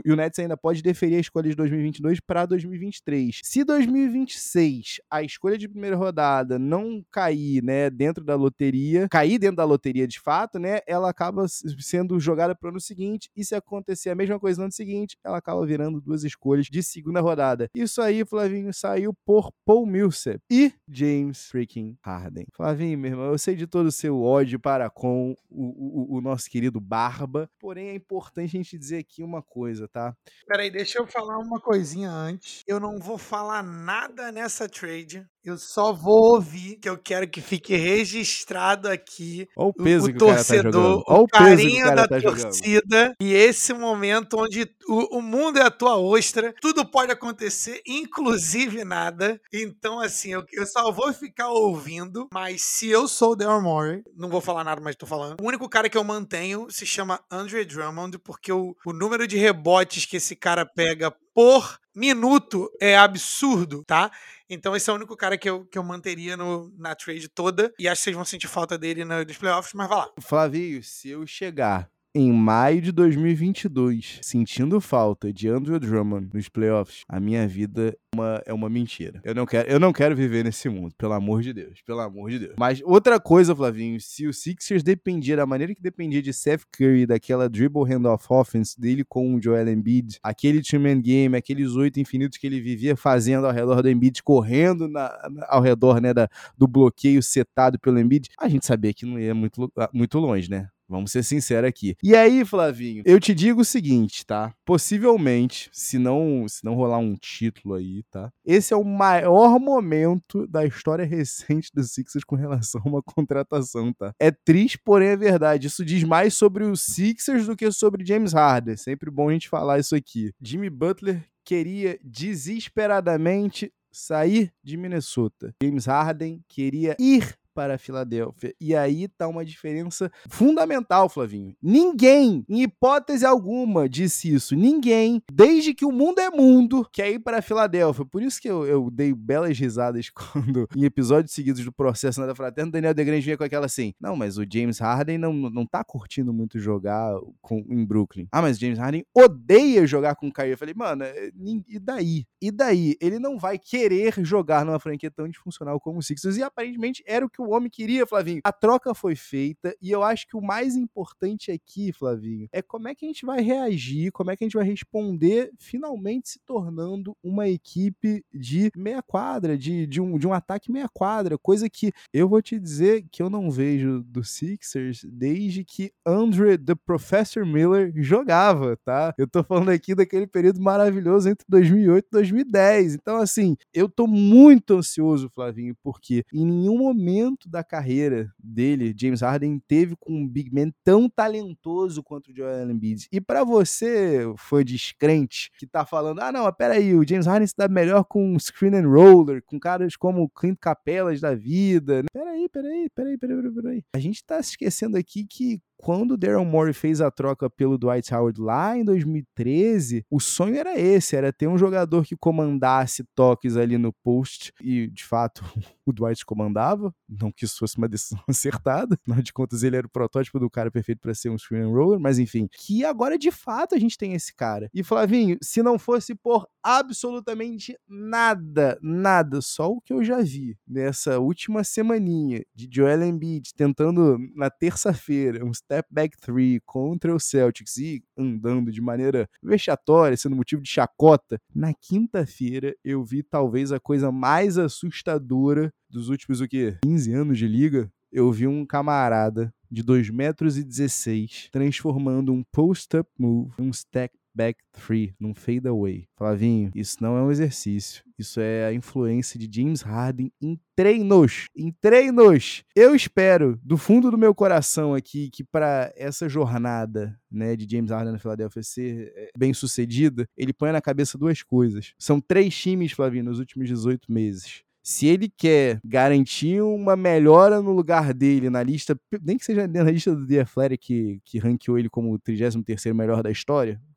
ainda pode deferir a escolha de dois mil e vinte e dois para dois mil e vinte e três. Se dois mil e vinte e seis a escolha de primeira rodada não cair, né, dentro da loteria, cair dentro da loteria de fato, né, ela acaba sendo jogada para o ano seguinte, e se acontecer a mesma coisa no ano seguinte, ela acaba virando duas escolhas de segunda rodada. Isso aí, Flavinho, saiu por Paul Millsap e James freaking Harden. Flavinho, meu irmão, eu sei de todo o seu ódio para com o, o, o nosso querido Barba, porém é importante a gente dizer aqui uma coisa, tá? Peraí, deixa eu falar uma coisinha antes. Eu não vou falar nada nessa trade. Eu só vou ouvir, que eu quero que fique registrado aqui. Olha o peso o, o que o cara tá torcedor, jogando. o Olha o peso que o carinho cara da tá jogando. torcida e esse momento onde o, o mundo é a tua ostra, tudo pode acontecer, inclusive nada. Então, assim, eu, eu só vou ficar ouvindo, mas se eu sou o Daryl Morey, não vou falar nada, mas tô falando, o único cara que eu mantenho se chama Andre Drummond, porque o, o número de rebotes que esse cara pega por minuto é absurdo, tá? Então esse é o único cara que eu, que eu manteria no, na trade toda, e acho que vocês vão sentir falta dele no, nos playoffs, mas vai lá. Flavio, se eu chegar em maio de dois mil e vinte e dois sentindo falta de Andre Drummond nos playoffs, a minha vida é uma, é uma mentira. Eu não, quero, eu não quero viver nesse mundo, pelo amor de Deus, pelo amor de Deus. Mas outra coisa, Flavinho, se o Sixers dependia da maneira que dependia de Seth Curry, daquela dribble handoff offense dele com o Joel Embiid, aquele two-man game, aqueles oito infinitos que ele vivia fazendo ao redor do Embiid, correndo na, na, ao redor, né, da, do bloqueio setado pelo Embiid, a gente sabia que não ia muito, muito longe, né? Vamos ser sinceros aqui. E aí, Flavinho, eu te digo o seguinte, tá? Possivelmente, se não, se não rolar um título aí, tá? Esse é o maior momento da história recente do Sixers com relação a uma contratação, tá? É triste, porém é verdade. Isso diz mais sobre os Sixers do que sobre James Harden. Sempre bom a gente falar isso aqui. Jimmy Butler queria desesperadamente sair de Minnesota. James Harden queria ir para a Filadélfia. E aí tá uma diferença fundamental, Flavinho. Ninguém, em hipótese alguma, disse isso. Ninguém, desde que o mundo é mundo, quer ir para a Filadélfia. Por isso que eu, eu dei belas risadas quando, em episódios seguidos do Processo Nada Fraterno, Daniel Degrande vinha com aquela assim, não, mas o James Harden não, não tá curtindo muito jogar com, em Brooklyn. Ah, mas o James Harden odeia jogar com o Kyrie. Eu falei, mano, e daí? E daí? Ele não vai querer jogar numa franquia tão disfuncional como o Sixers, e aparentemente era o que o homem queria, Flavinho. A troca foi feita, e eu acho que o mais importante aqui, Flavinho, é como é que a gente vai reagir, como é que a gente vai responder, finalmente se tornando uma equipe de meia quadra, de, de, um, de um ataque meia quadra, coisa que eu vou te dizer que eu não vejo do Sixers desde que Andre the Professor Miller jogava, tá? Eu tô falando aqui daquele período maravilhoso entre dois mil e oito e dois mil e dez. Então, assim, eu tô muito ansioso, Flavinho, porque em nenhum momento da carreira dele, James Harden teve com um big man tão talentoso quanto o Joel Embiid. E pra você, fã descrente, que tá falando, ah não, peraí, o James Harden se dá melhor com screen and roller, com caras como Clint Capelas da vida. Peraí, peraí, peraí, peraí, peraí. A gente tá se esquecendo aqui que quando o Daryl Morey fez a troca pelo Dwight Howard lá em dois mil e treze, o sonho era esse, era ter um jogador que comandasse toques ali no post, e de fato o Dwight comandava, não que isso fosse uma decisão acertada, afinal de contas ele era o protótipo do cara perfeito para ser um screen and roller, mas enfim, que agora de fato a gente tem esse cara. E Flavinho, se não fosse por absolutamente nada, nada, só o que eu já vi nessa última semaninha de Joel Embiid tentando na terça-feira um step back three contra o Celtics e andando de maneira vexatória, sendo motivo de chacota, na quinta-feira eu vi talvez a coisa mais assustadora dos últimos, o quê? quinze anos de liga. Eu vi um camarada de dois metros e dezesseis transformando um post-up move em um step back three, num fade away. Flavinho, isso não é um exercício. Isso é a influência de James Harden em treinos. Em treinos. Eu espero, do fundo do meu coração aqui, que para essa jornada, né, de James Harden na Filadélfia ser bem sucedida, ele põe na cabeça duas coisas. São três times, Flavinho, nos últimos dezoito meses. Se ele quer garantir uma melhora no lugar dele na lista, nem que seja na lista do The Athletic, que, que ranqueou ele como o trigésimo terceiro melhor da história,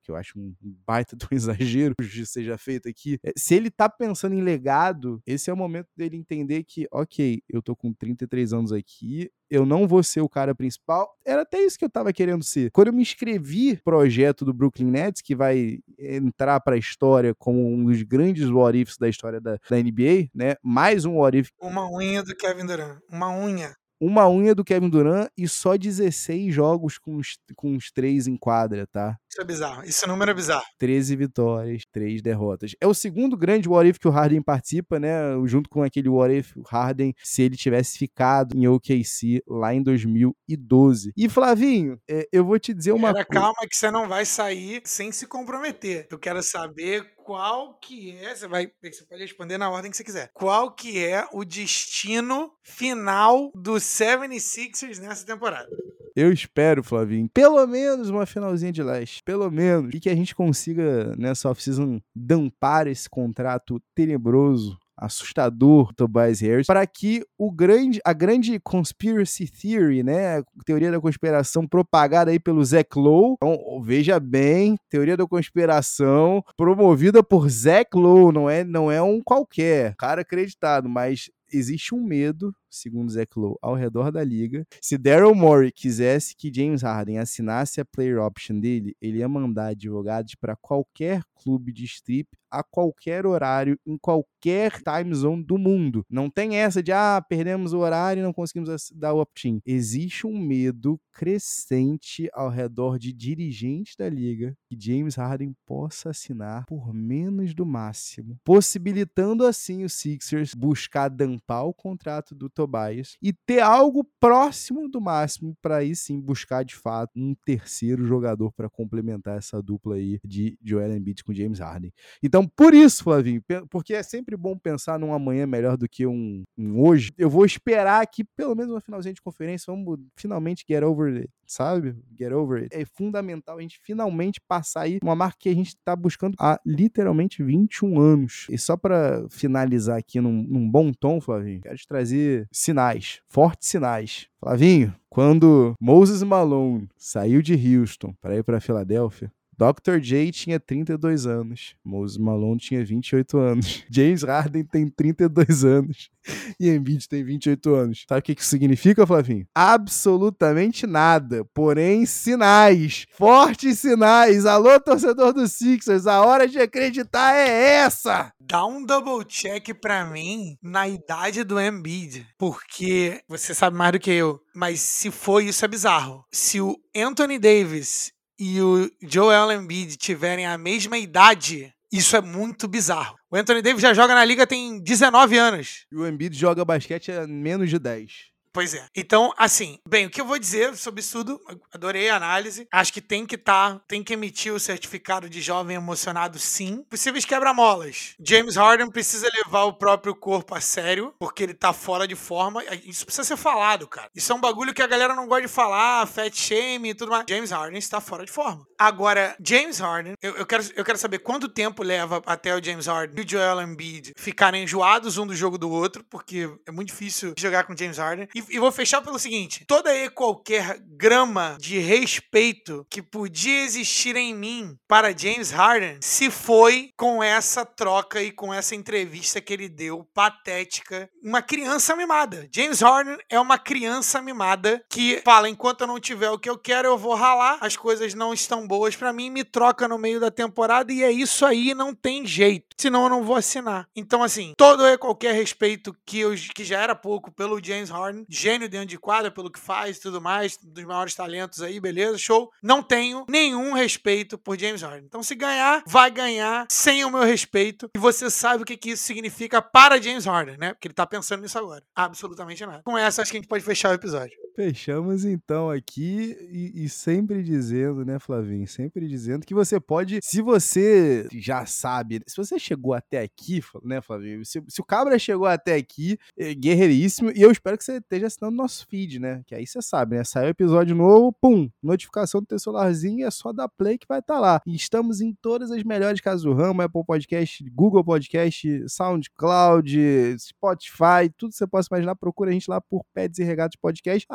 que eu acho um baita do exagero que seja feito aqui. Se ele tá pensando em legado, esse é o momento dele entender que, ok, eu tô com trinta e três anos aqui, eu não vou ser o cara principal. Era até isso que eu tava querendo ser. Quando eu me inscrevi no projeto do Brooklyn Nets, que vai entrar pra história como um dos grandes what ifs da história da, da N B A, né? Mais um what if. Uma unha do Kevin Durant. Uma unha. Uma unha do Kevin Durant e só dezesseis jogos com os, com os três em quadra, tá? Isso é bizarro. Esse número é bizarro. treze vitórias, três derrotas. É o segundo grande what if que o Harden participa, né? Junto com aquele what if o Harden, se ele tivesse ficado em O K C lá em dois mil e doze. E Flavinho, é, eu vou te dizer uma coisa. coisa. Calma que você não vai sair sem se comprometer. Eu quero saber qual que é, você vai, você pode responder na ordem que você quiser. Qual que é o destino final do setenta e seis ers nessa temporada? Eu espero, Flavinho, pelo menos uma finalzinha de leste. Pelo menos. E que a gente consiga, nessa off-season, dampar esse contrato tenebroso, assustador, Tobias Harris, para que o grande, a grande conspiracy theory, né, a teoria da conspiração propagada aí pelo Zach Lowe, então, veja bem, teoria da conspiração promovida por Zach Lowe, não é, não é um qualquer cara acreditado, mas existe um medo, segundo Zach Lowe, ao redor da liga. Se Daryl Morey quisesse que James Harden assinasse a player option dele, ele ia mandar advogados para qualquer clube de strip, a qualquer horário, em qualquer time zone do mundo. Não tem essa de, ah, perdemos o horário e não conseguimos dar o opt-in. Existe um medo crescente ao redor de dirigentes da liga que James Harden possa assinar por menos do máximo, possibilitando assim os Sixers buscar dampar o contrato do Tobias e ter algo próximo do máximo para aí sim buscar de fato um terceiro jogador para complementar essa dupla aí de Joel Embiid com James Harden. Então, por isso, Flavinho, porque é sempre bom pensar num amanhã melhor do que um, um hoje, eu vou esperar aqui pelo menos uma finalzinha de conferência, vamos finalmente get over it, sabe? Get over it. É fundamental a gente finalmente passar aí uma marca que a gente tá buscando há literalmente vinte e um anos. E só para finalizar aqui num, num bom tom, Flavinho, quero te trazer sinais, fortes sinais. Flavinho, quando Moses Malone saiu de Houston para ir para Filadélfia, doutor J tinha trinta e dois anos, Moses Malone tinha vinte e oito anos, James Harden tem trinta e dois anos e Embiid tem vinte e oito anos. Sabe o que isso significa, Flavinho? Absolutamente nada, porém sinais, fortes sinais. Alô, torcedor dos Sixers, a hora de acreditar é essa! Dá um double check pra mim na idade do Embiid, porque você sabe mais do que eu, mas se for isso é bizarro. Se o Anthony Davis e o Joel Embiid tiverem a mesma idade, isso é muito bizarro. O Anthony Davis já joga na liga tem dezenove anos. E o Embiid joga basquete há menos de dez. Pois é. Então, assim, bem, o que eu vou dizer sobre isso tudo, adorei a análise, acho que tem que tá, tem que emitir o certificado de jovem emocionado, sim. Possíveis quebra-molas. James Harden precisa levar o próprio corpo a sério, porque ele tá fora de forma. Isso precisa ser falado, cara. Isso é um bagulho que a galera não gosta de falar, fat shame e tudo mais. James Harden está fora de forma. Agora, James Harden, eu, eu, quero, eu quero saber quanto tempo leva até o James Harden e o Joel Embiid ficarem enjoados um do jogo do outro, porque é muito difícil jogar com James Harden. E E vou fechar pelo seguinte, toda e qualquer grama de respeito que podia existir em mim para James Harden se foi com essa troca e com essa entrevista que ele deu, patética. Uma criança mimada. James Harden é uma criança mimada que fala, enquanto eu não tiver o que eu quero, eu vou ralar, as coisas não estão boas para mim, me troca no meio da temporada e é isso aí, não tem jeito. Senão eu não vou assinar. Então, assim, todo e qualquer respeito que, eu, que já era pouco pelo James Harden, gênio dentro de quadra, pelo que faz e tudo mais, dos maiores talentos aí, beleza, show. Não tenho nenhum respeito por James Harden. Então, se ganhar, vai ganhar sem o meu respeito. E você sabe o que, que isso significa para James Harden, né? Porque ele tá pensando nisso agora. Absolutamente nada. Com essa, acho que a gente pode fechar o episódio. Fechamos então aqui e, e sempre dizendo, né, Flavinho? Sempre dizendo que você pode, se você já sabe, se você chegou até aqui, né, Flavinho? Se, se o Cabra chegou até aqui, é guerreiríssimo, e eu espero que você esteja assinando nosso feed, né? Que aí você sabe, né? Saiu episódio novo, pum, notificação do teu celularzinho, é só dar play que vai estar tá lá. E estamos em todas as melhores casas do ramo, Apple Podcast, Google Podcast, SoundCloud, Spotify, tudo que você possa imaginar, procura a gente lá por Pads e Regatas Podcast.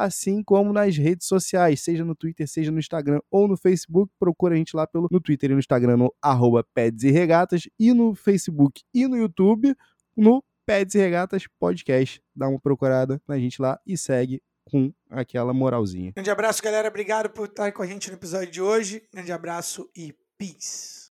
assim como nas redes sociais, seja no Twitter, seja no Instagram ou no Facebook. Procura a gente lá pelo, no Twitter e no Instagram no arroba Pads e Regatas, e no Facebook e no YouTube no Pads e Regatas Podcast. Dá uma procurada na gente lá e segue com aquela moralzinha. Grande abraço, galera. Obrigado por estar com a gente no episódio de hoje. Grande abraço e peace.